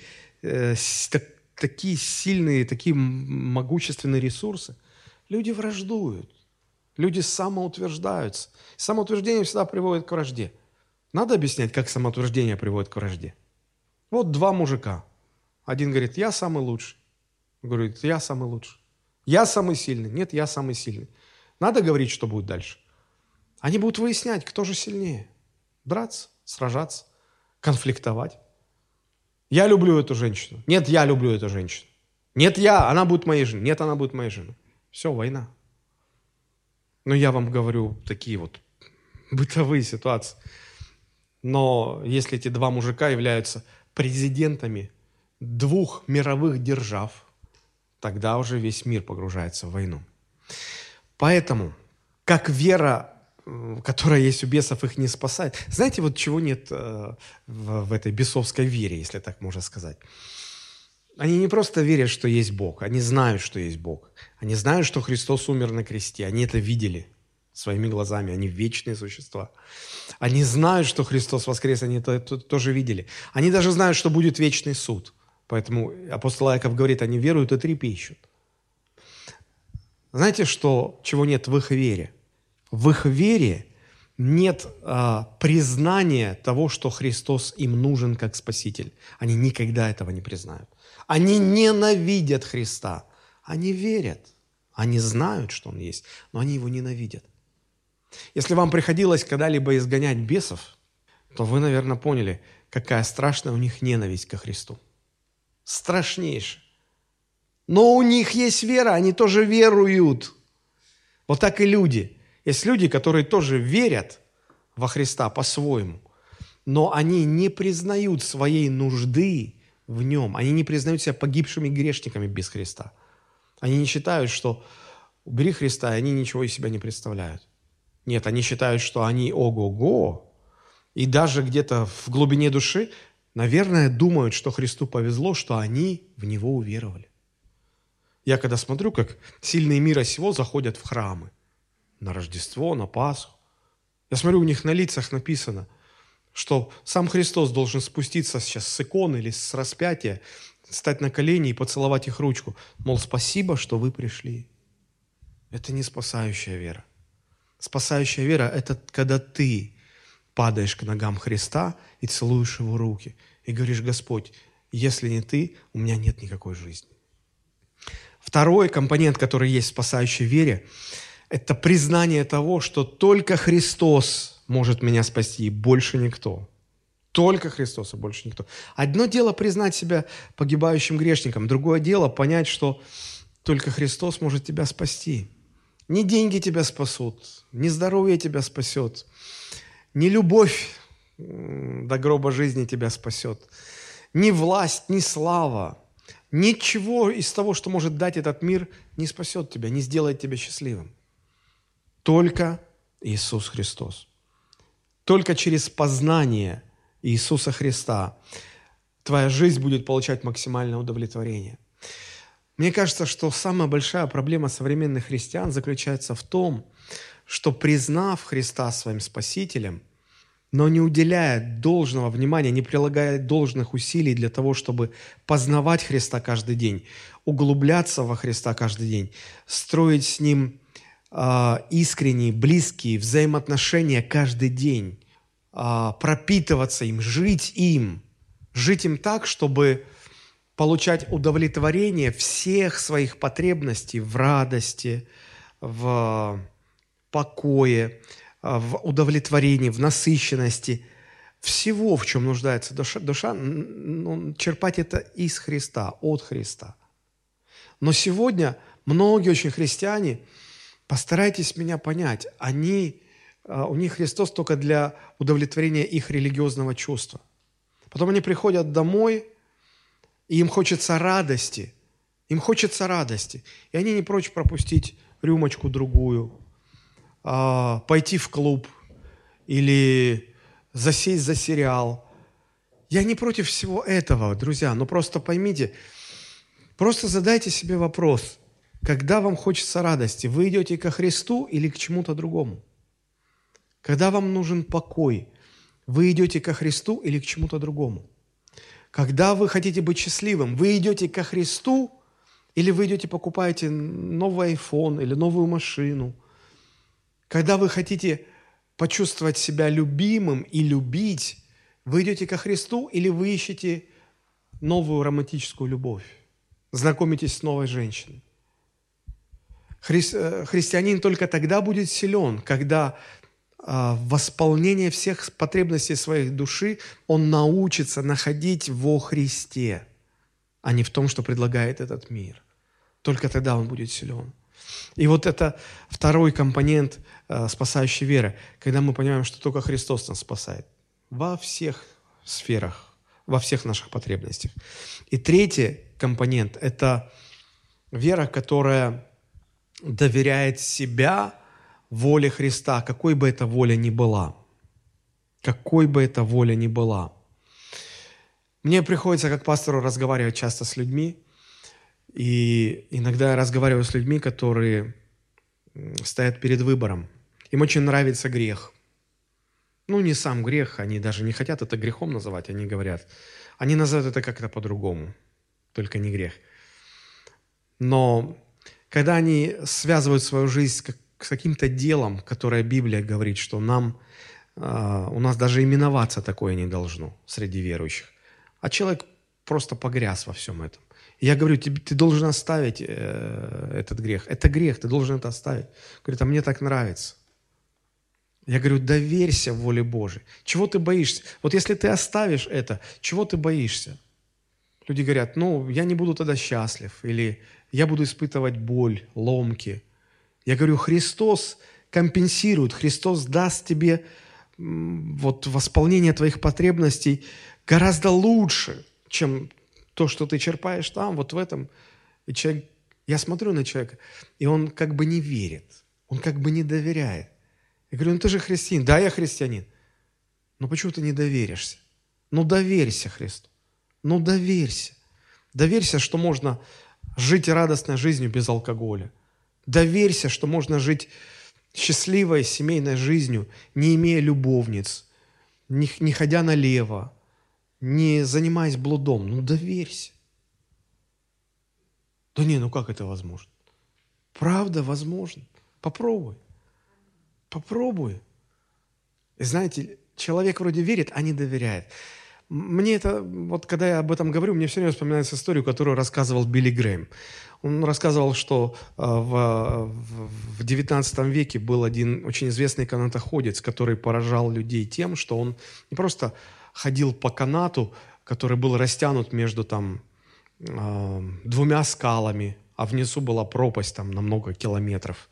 сильные, такие могущественные ресурсы, люди враждуют, люди самоутверждаются. Самоутверждение всегда приводит к вражде. Надо объяснять, как самоутверждение приводит к вражде? Вот 2 мужика. Один говорит, я самый лучший. Говорит, я самый лучший. Я самый сильный. Нет, я самый сильный. Надо говорить, что будет дальше. Они будут выяснять, кто же сильнее. Драться, сражаться, конфликтовать. Я люблю эту женщину. Нет, я люблю эту женщину. Нет, она будет моей женой. Нет, она будет моей женой. Все, война. Но я вам говорю такие вот бытовые ситуации. Но если эти 2 мужика являются президентами 2 мировых держав, тогда уже весь мир погружается в войну. Поэтому, как вера, которая есть у бесов, их не спасает. Знаете, вот чего нет в этой бесовской вере, если так можно сказать? Они не просто верят, что есть Бог, они знают, что есть Бог. Они знают, что Христос умер на кресте, они это видели своими глазами, они вечные существа. Они знают, что Христос воскрес, они это тоже видели. Они даже знают, что будет вечный суд. Поэтому апостол Иаков говорит, они веруют и трепещут. Знаете, чего нет в их вере? В их вере нет признания того, что Христос им нужен как Спаситель. Они никогда этого не признают. Они ненавидят Христа. Они верят. Они знают, что Он есть, но они Его ненавидят. Если вам приходилось когда-либо изгонять бесов, то вы, наверное, поняли, какая страшная у них ненависть ко Христу. Страшнейшая. Но у них есть вера, они тоже веруют. Вот так и люди. Есть люди, которые тоже верят во Христа по-своему, но они не признают своей нужды в Нем. Они не признают себя погибшими грешниками без Христа. Они не считают, что убери Христа, и они ничего из себя не представляют. Нет, они считают, что они ого-го, и даже где-то в глубине души, наверное, думают, что Христу повезло, что они в Него уверовали. Я когда смотрю, как сильные мира сего заходят в храмы на Рождество, на Пасху, я смотрю, у них на лицах написано, что сам Христос должен спуститься сейчас с иконы или с распятия, встать на колени и поцеловать их ручку. Мол, спасибо, что вы пришли. Это не спасающая вера. Спасающая вера – это когда ты падаешь к ногам Христа и целуешь Его руки. И говоришь: Господь, если не Ты, у меня нет никакой жизни. Второй компонент, который есть в спасающей вере – это признание того, что только Христос может меня спасти, и больше никто. Только Христос, и больше никто. Одно дело признать себя погибающим грешником, другое дело понять, что только Христос может тебя спасти. Не деньги тебя спасут, не здоровье тебя спасет, не любовь до гроба жизни тебя спасет, ни власть, ни слава. Ничего из того, что может дать этот мир, не спасет тебя, не сделает тебя счастливым. Только Иисус Христос. Только через познание Иисуса Христа твоя жизнь будет получать максимальное удовлетворение. Мне кажется, что самая большая проблема современных христиан заключается в том, что, признав Христа своим Спасителем, но не уделяя должного внимания, не прилагая должных усилий для того, чтобы познавать Христа каждый день, углубляться во Христа каждый день, строить с Ним искренние, близкие взаимоотношения каждый день, пропитываться им, жить им так, чтобы получать удовлетворение всех своих потребностей в радости, в покое, в удовлетворении, в насыщенности, всего, в чем нуждается душа, черпать это из Христа, от Христа. Но сегодня многие очень христиане, постарайтесь меня понять, у них Христос только для удовлетворения их религиозного чувства. Потом они приходят домой, и им хочется радости. И они не прочь пропустить рюмочку другую, пойти в клуб или засесть за сериал. Я не против всего этого, друзья, но просто поймите, просто задайте себе вопрос, когда вам хочется радости, вы идете ко Христу или к чему-то другому? Когда вам нужен покой, вы идете ко Христу или к чему-то другому? Когда вы хотите быть счастливым, вы идете ко Христу или вы идете покупаете новый iPhone или новую машину? Когда вы хотите почувствовать себя любимым и любить, вы идете ко Христу или вы ищете новую романтическую любовь? Знакомитесь с новой женщиной? Христианин только тогда будет силен, когда в восполнении всех потребностей своей души он научится находить во Христе, а не в том, что предлагает этот мир. Только тогда он будет силен. И вот это второй компонент спасающей веры, когда мы понимаем, что только Христос нас спасает во всех сферах, во всех наших потребностях. И третий компонент – это вера, которая доверяет себя воле Христа, какой бы эта воля ни была. Какой бы эта воля ни была. Мне приходится, как пастору, разговаривать часто с людьми, и иногда я разговариваю с людьми, которые стоят перед выбором. Им очень нравится грех. Не сам грех, они даже не хотят это грехом называть, они говорят. Они называют это как-то по-другому, только не грех. Но когда они связывают свою жизнь с каким-то делом, которое Библия говорит, что у нас даже именоваться такое не должно среди верующих. А человек просто погряз во всем этом. И я говорю, ты должен оставить этот грех. Это грех, ты должен это оставить. Говорит, а мне так нравится. Я говорю, доверься воле Божией. Чего ты боишься? Вот если ты оставишь это, чего ты боишься? Люди говорят, я не буду тогда счастлив, или я буду испытывать боль, ломки. Я говорю, Христос компенсирует, Христос даст тебе восполнение твоих потребностей гораздо лучше, чем то, что ты черпаешь там, вот в этом. И я смотрю на человека, и он как бы не верит, он как бы не доверяет. Я говорю, ты же христианин. Да, я христианин. Но почему ты не доверишься? Доверься Христу. Доверься. Доверься, что можно жить радостной жизнью без алкоголя. Доверься, что можно жить счастливой семейной жизнью, не имея любовниц, не ходя налево, не занимаясь блудом. Доверься. Да не, как это возможно? Правда, возможно. Попробуй. Попробуй. И знаете, человек вроде верит, а не доверяет. Мне это, когда я об этом говорю, мне все время вспоминается историю, которую рассказывал Билли Грэм. Он рассказывал, что в XIX веке был один очень известный канатоходец, который поражал людей тем, что он не просто ходил по канату, который был растянут между двумя скалами, а внизу была пропасть на много километров.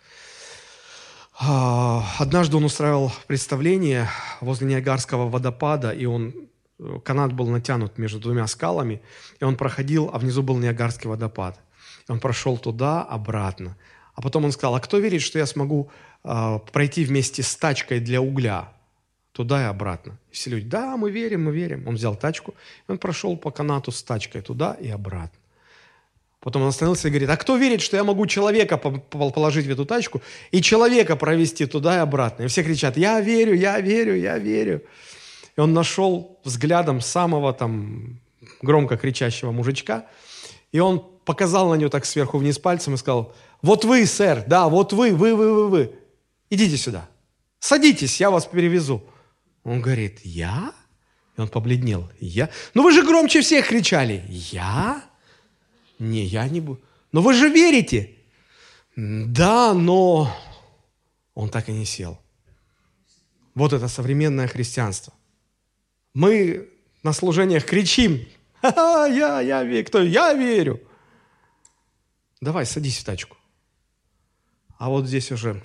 Однажды он устраивал представление возле Ниагарского водопада, и канат был натянут между двумя скалами, и он проходил, а внизу был Ниагарский водопад. И он прошел туда, обратно. А потом он сказал, а кто верит, что я смогу пройти вместе с тачкой для угля туда и обратно? И все люди, да, мы верим, мы верим. Он взял тачку, и он прошел по канату с тачкой туда и обратно. Потом он остановился и говорит, а кто верит, что я могу человека положить в эту тачку и человека провести туда и обратно? И все кричат, я верю, я верю, я верю. И он нашел взглядом самого громко кричащего мужичка, и он показал на него так сверху вниз пальцем и сказал, вот вы, сэр, да, вот вы, идите сюда, садитесь, я вас перевезу. Он говорит, я? И он побледнел, я? Вы же громче всех кричали, я? Не, я не буду. Но вы же верите? Да, но... Он так и не сел. Вот это современное христианство. Мы на служениях кричим, я верю, кто? Я верю. Давай, садись в тачку. А вот здесь уже...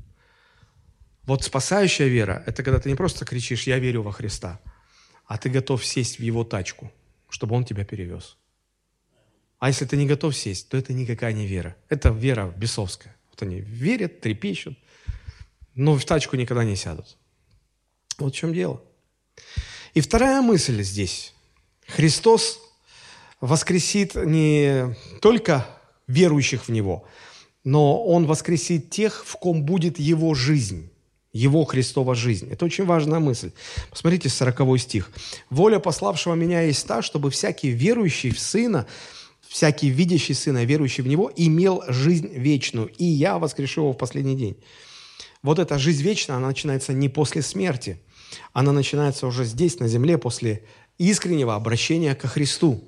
Вот спасающая вера, это когда ты не просто кричишь, я верю во Христа, а ты готов сесть в Его тачку, чтобы Он тебя перевез. А если ты не готов сесть, то это никакая не вера. Это вера бесовская. Вот они верят, трепещут, но в тачку никогда не сядут. Вот в чем дело. И вторая мысль здесь. Христос воскресит не только верующих в Него, но Он воскресит тех, в ком будет Его жизнь, Его Христова жизнь. Это очень важная мысль. Посмотрите, 40 стих. «Воля пославшего меня есть та, чтобы всякий верующий в Сына, всякий видящий Сына, верующий в Него, имел жизнь вечную, и я воскрешу Его в последний день». Вот эта жизнь вечная, она начинается не после смерти, она начинается уже здесь, на земле, после искреннего обращения ко Христу.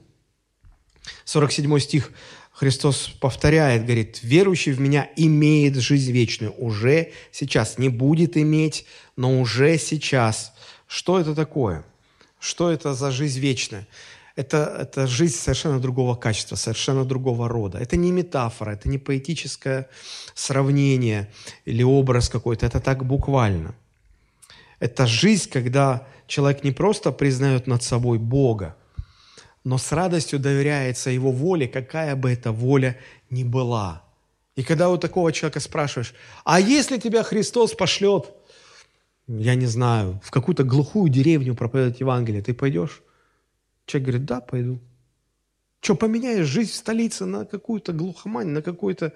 47 стих Христос повторяет, говорит, «Верующий в Меня имеет жизнь вечную». Уже сейчас, не будет иметь, но уже сейчас. Что это такое? Что это за жизнь вечная? Это жизнь совершенно другого качества, совершенно другого рода. Это не метафора, это не поэтическое сравнение или образ какой-то, это так буквально. Это жизнь, когда человек не просто признает над собой Бога, но с радостью доверяется Его воле, какая бы эта воля ни была. И когда у такого человека спрашиваешь, а если тебя Христос пошлет, я не знаю, в какую-то глухую деревню проповедовать Евангелие, ты пойдешь? Человек говорит, да, пойду. Что, поменяешь жизнь в столице на какую-то глухомань, на какую-то,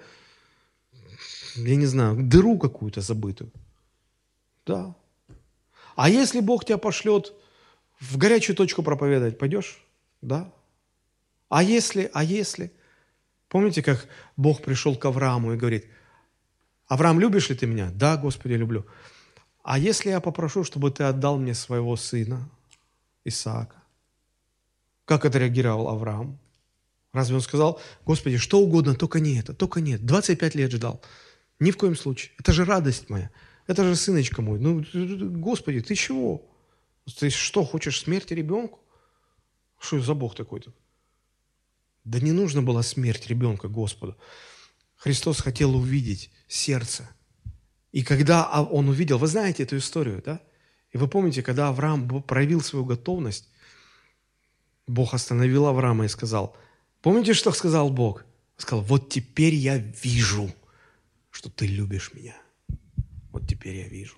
я не знаю, дыру какую-то забытую? Да. А если Бог тебя пошлет в горячую точку проповедовать, пойдешь? Да. А если? Помните, как Бог пришел к Аврааму и говорит, Авраам, любишь ли ты меня? Да, Господи, люблю. А если я попрошу, чтобы ты отдал мне своего сына Исаака? Как отреагировал Авраам? Разве он сказал: Господи, что угодно, только не это, только нет. 25 лет ждал. Ни в коем случае. Это же радость моя. Это же сыночка мой. Ну, Господи, ты чего? Ты что, хочешь смерти ребенку? Что за Бог такой-то? Да не нужно было смерть ребенка Господу. Христос хотел увидеть сердце. И когда он увидел, вы знаете эту историю, да? И вы помните, когда Авраам проявил свою готовность, Бог остановил Авраама и сказал, помните, что сказал Бог? Он сказал: вот теперь я вижу, что ты любишь меня. Вот теперь я вижу.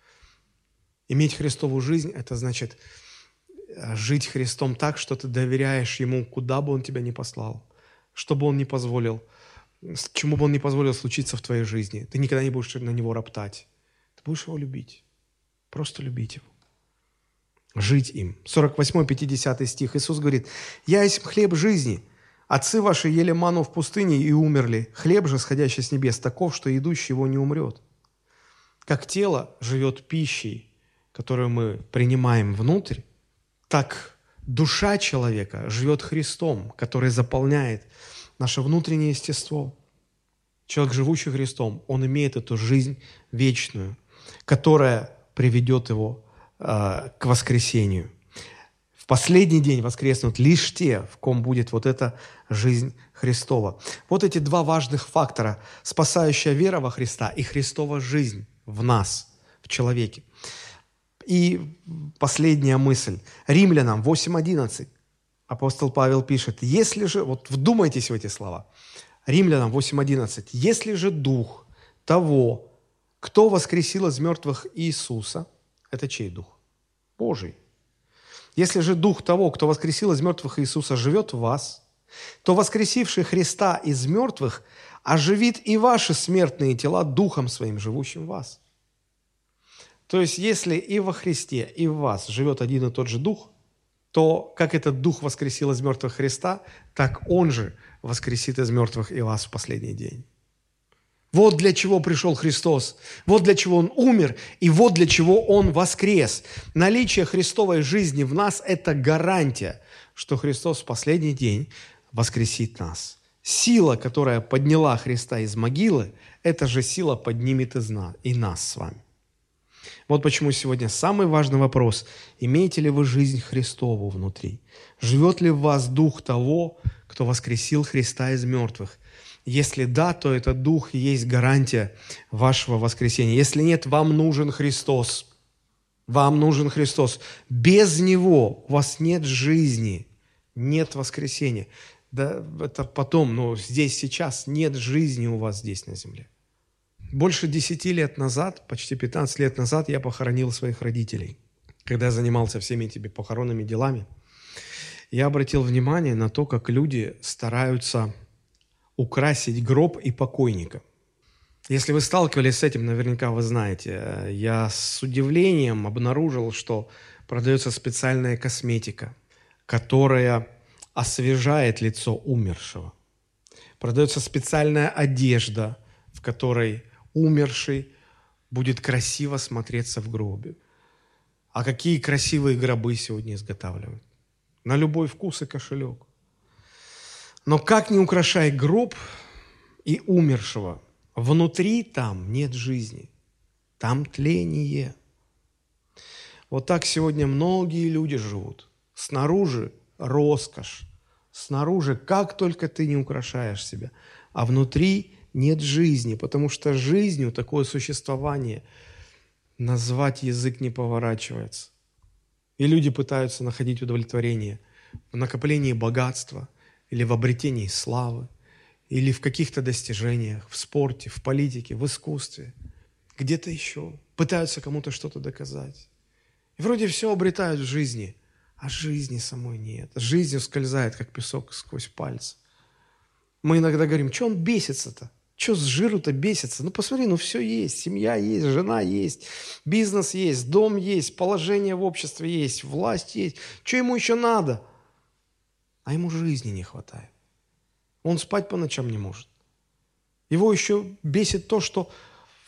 Иметь Христову жизнь – это значит жить Христом так, что ты доверяешь Ему, куда бы Он тебя ни послал, что бы Он ни позволил, чему бы Он ни позволил случиться в твоей жизни. Ты никогда не будешь на Него роптать. Ты будешь Его любить. Просто любить Его. Жить им. 48-50 стих. Иисус говорит: «Я есть хлеб жизни. Отцы ваши ели ману в пустыне и умерли. Хлеб же, сходящий с небес, таков, что идущий его не умрет. Как тело живет пищей, которую мы принимаем внутрь, так душа человека живет Христом, который заполняет наше внутреннее естество. Человек, живущий Христом, он имеет эту жизнь вечную, которая приведет его к воскресению. В последний день воскреснут лишь те, в ком будет вот эта жизнь Христова». Вот эти два важных фактора: спасающая вера во Христа и Христова жизнь в нас, в человеке. И последняя мысль. Римлянам 8:11. Апостол Павел пишет: «Если же...» Вот вдумайтесь в эти слова. Римлянам 8:11. «Если же Дух того, кто воскресил из мертвых Иисуса...» Это чей Дух? Божий. «Если же Дух того, кто воскресил из мертвых Иисуса, живет в вас, то воскресивший Христа из мертвых оживит и ваши смертные тела Духом Своим, живущим в вас». То есть, если и во Христе, и в вас живет один и тот же Дух, то как этот Дух воскресил из мертвых Христа, так Он же воскресит из мертвых и вас в последний день. Вот для чего пришел Христос, вот для чего Он умер, и вот для чего Он воскрес. Наличие Христовой жизни в нас – это гарантия, что Христос в последний день воскресит нас. Сила, которая подняла Христа из могилы, эта же сила поднимет и нас с вами. Вот почему сегодня самый важный вопрос: имеете ли вы жизнь Христову внутри? Живет ли в вас Дух того, кто воскресил Христа из мертвых? Если да, то этот Дух и есть гарантия вашего воскресения. Если нет, вам нужен Христос. Вам нужен Христос. Без Него у вас нет жизни, нет воскресения. Да, это потом, но здесь, сейчас нет жизни у вас здесь на земле. Больше 10 лет назад, почти 15 лет назад, я похоронил своих родителей. Когда я занимался всеми этими похоронными делами, я обратил внимание на то, как люди стараются украсить гроб и покойника. Если вы сталкивались с этим, наверняка вы знаете. Я с удивлением обнаружил, что продается специальная косметика, которая освежает лицо умершего. Продается специальная одежда, в которой умерший будет красиво смотреться в гробе. А какие красивые гробы сегодня изготавливают? На любой вкус и кошелек. Но как ни украшай гроб и умершего, внутри там нет жизни, там тление. Вот так сегодня многие люди живут. Снаружи роскошь, снаружи как только ты не украшаешь себя, а внутри нет жизни, потому что жизнью такое существование назвать язык не поворачивается. И люди пытаются находить удовлетворение в накоплении богатства, или в обретении славы, или в каких-то достижениях, в спорте, в политике, в искусстве, где-то еще. Пытаются кому-то что-то доказать. И вроде все обретают в жизни, а жизни самой нет. Жизнь ускользает, как песок сквозь пальцы. Мы иногда говорим: что он бесится-то? Что с жиру-то бесится? Ну посмотри, ну все есть, семья есть, жена есть, бизнес есть, дом есть, положение в обществе есть, власть есть. Что ему еще надо? А ему жизни не хватает. Он спать по ночам не может. Его еще бесит то, что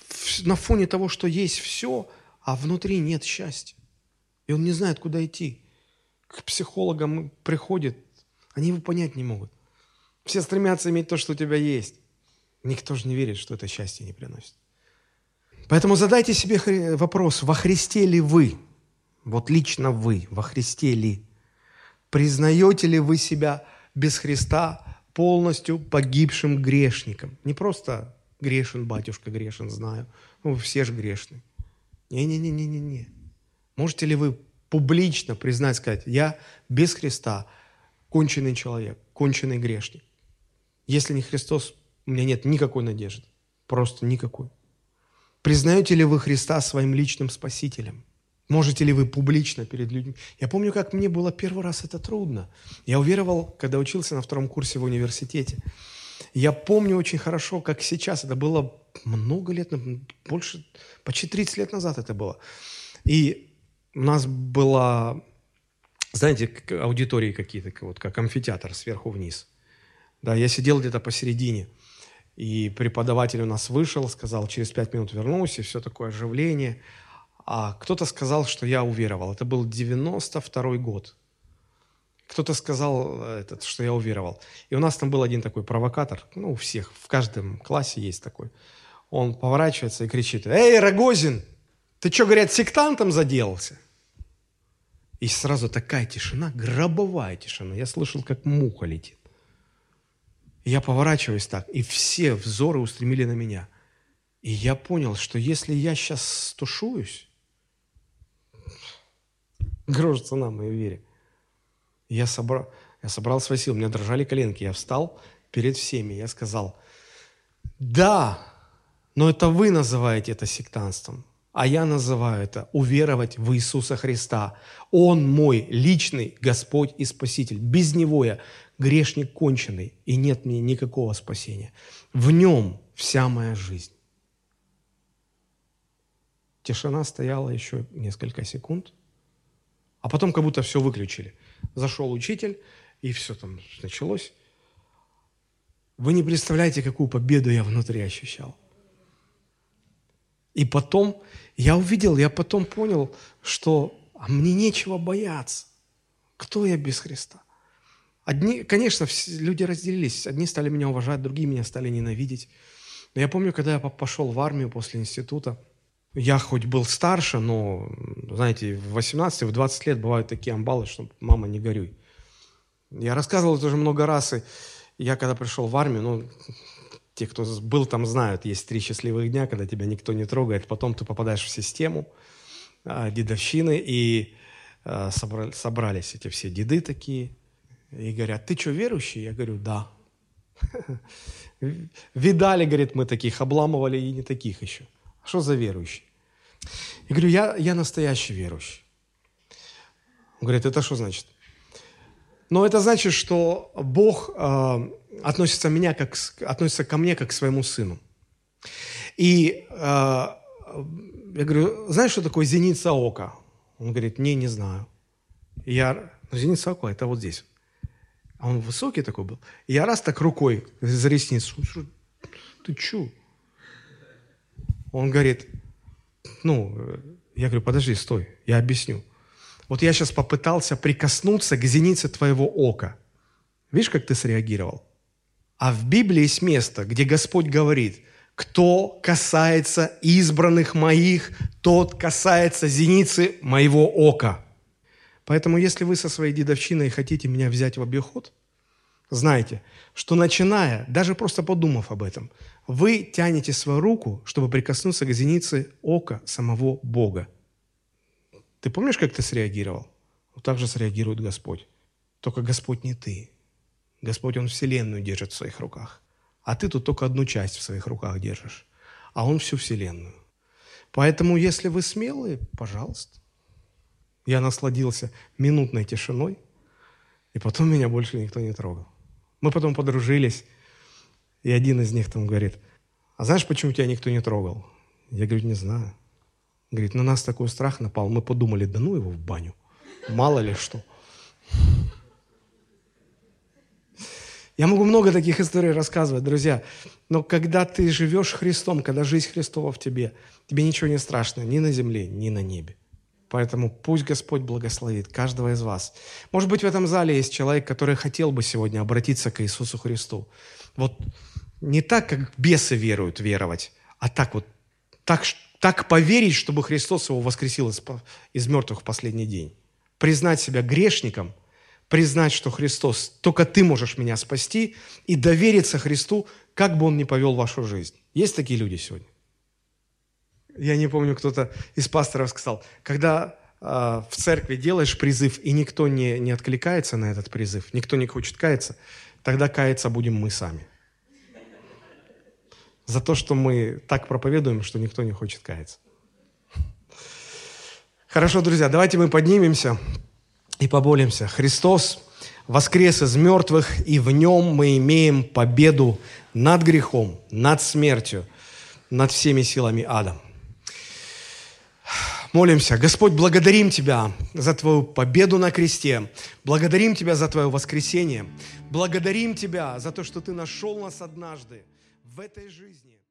на фоне того, что есть все, а внутри нет счастья. И он не знает, куда идти. К психологам приходит, они его понять не могут. Все стремятся иметь то, что у тебя есть. Никто же не верит, что это счастье не приносит. Поэтому задайте себе вопрос, во Христе ли вы? Вот лично вы, во Христе ли? Признаете ли вы себя без Христа полностью погибшим грешником? Не просто грешен, батюшка, грешен, знаю. Ну, все же грешны. Не. Можете ли вы публично признать, сказать, я без Христа конченый человек, конченый грешник? Если не Христос, у меня нет никакой надежды. Просто никакой. Признаете ли вы Христа своим личным спасителем? Можете ли вы публично перед людьми? Я помню, как мне было первый раз это трудно. Я уверовал, когда учился на 2 курсе в университете. Я помню очень хорошо, как сейчас. Это было много лет, больше, почти 30 лет назад это было. И у нас была, знаете, аудитории какие-то, вот как амфитеатр сверху вниз. Да, я сидел где-то посередине. И преподаватель у нас вышел, сказал, через 5 минут вернусь, и все такое оживление. А кто-то сказал, что я уверовал. Это был 92-й год. Кто-то сказал, что я уверовал. И у нас там был один такой провокатор. Ну, у всех, в каждом классе есть такой. Он поворачивается и кричит, «Эй, Рогозин, ты что, говорят, сектантом заделался?» И сразу такая тишина, гробовая тишина. Я слышал, как муха летит. И я поворачиваюсь так, и все взоры устремили на меня. И я понял, что если я сейчас стушуюсь, грош цена моей вере. Я собрал свои силы, у меня дрожали коленки. Я встал перед всеми, я сказал, да, но это вы называете это сектантством, а я называю это уверовать в Иисуса Христа. Он мой личный Господь и Спаситель. Без Него я грешник конченый, и нет мне никакого спасения. В Нем вся моя жизнь. Тишина стояла еще несколько секунд, а потом как будто все выключили. Зашел учитель, и все там началось. Вы не представляете, какую победу я внутри ощущал. И потом я увидел, я потом понял, что мне нечего бояться. Кто я без Христа? Одни, конечно, люди разделились. Одни стали меня уважать, другие меня стали ненавидеть. Но я помню, когда я пошел в армию после института, я хоть был старше, но, знаете, в 18, в 20 лет бывают такие амбалы, что «мама, не горюй». Я рассказывал это уже много раз, и я когда пришел в армию, ну, те, кто был там, знают, есть 3 счастливых дня, когда тебя никто не трогает, потом ты попадаешь в систему дедовщины, и собрались эти все деды такие, и говорят, ты что, верующий? Я говорю, да. Видали, говорит, мы таких, обламывали и не таких еще. Что за верующий? Я говорю, я настоящий верующий. Он говорит, это что значит? Но это значит, что Бог относится ко мне как к своему сыну. И я говорю, знаешь, что такое зеница ока? Он говорит, не знаю. Зеница ока, это вот здесь. А он высокий такой был. И я раз так рукой за ресницу. Ты чё? Он говорит, я говорю, подожди, стой, я объясню. Вот я сейчас попытался прикоснуться к зенице твоего ока. Видишь, как ты среагировал? А в Библии есть место, где Господь говорит, кто касается избранных моих, тот касается зеницы моего ока. Поэтому, если вы со своей дедовщиной хотите меня взять в обиход, знайте, что начиная, даже просто подумав об этом, вы тянете свою руку, чтобы прикоснуться к зенице ока самого Бога. Ты помнишь, как ты среагировал? Вот так же среагирует Господь. Только Господь не ты. Господь, Он вселенную держит в своих руках. А ты тут только одну часть в своих руках держишь. А Он всю вселенную. Поэтому, если вы смелые, пожалуйста. Я насладился минутной тишиной, и потом меня больше никто не трогал. Мы потом подружились, и один из них там говорит, а знаешь, почему тебя никто не трогал? Я говорю, не знаю. Говорит, на нас такой страх напал, мы подумали, да ну его в баню, мало ли что. Я могу много таких историй рассказывать, друзья. Но когда ты живешь Христом, когда жизнь Христова в тебе, тебе ничего не страшно ни на земле, ни на небе. Поэтому пусть Господь благословит каждого из вас. Может быть, в этом зале есть человек, который хотел бы сегодня обратиться к Иисусу Христу. Вот не так, как бесы веруют, веровать, а так вот, так поверить, чтобы Христос его воскресил из мертвых в последний день. Признать себя грешником, признать, что Христос, только ты можешь меня спасти, и довериться Христу, как бы Он ни повел вашу жизнь. Есть такие люди сегодня? Я не помню, кто-то из пасторов сказал, когда в церкви делаешь призыв, и никто не откликается на этот призыв, никто не хочет каяться, тогда каяться будем мы сами. За то, что мы так проповедуем, что никто не хочет каяться. Хорошо, друзья, давайте мы поднимемся и помолимся. Христос воскрес из мертвых, и в Нем мы имеем победу над грехом, над смертью, над всеми силами ада. Молимся. Господь, благодарим Тебя за Твою победу на кресте. Благодарим Тебя за Твое воскресение. Благодарим Тебя за то, что Ты нашел нас однажды в этой жизни.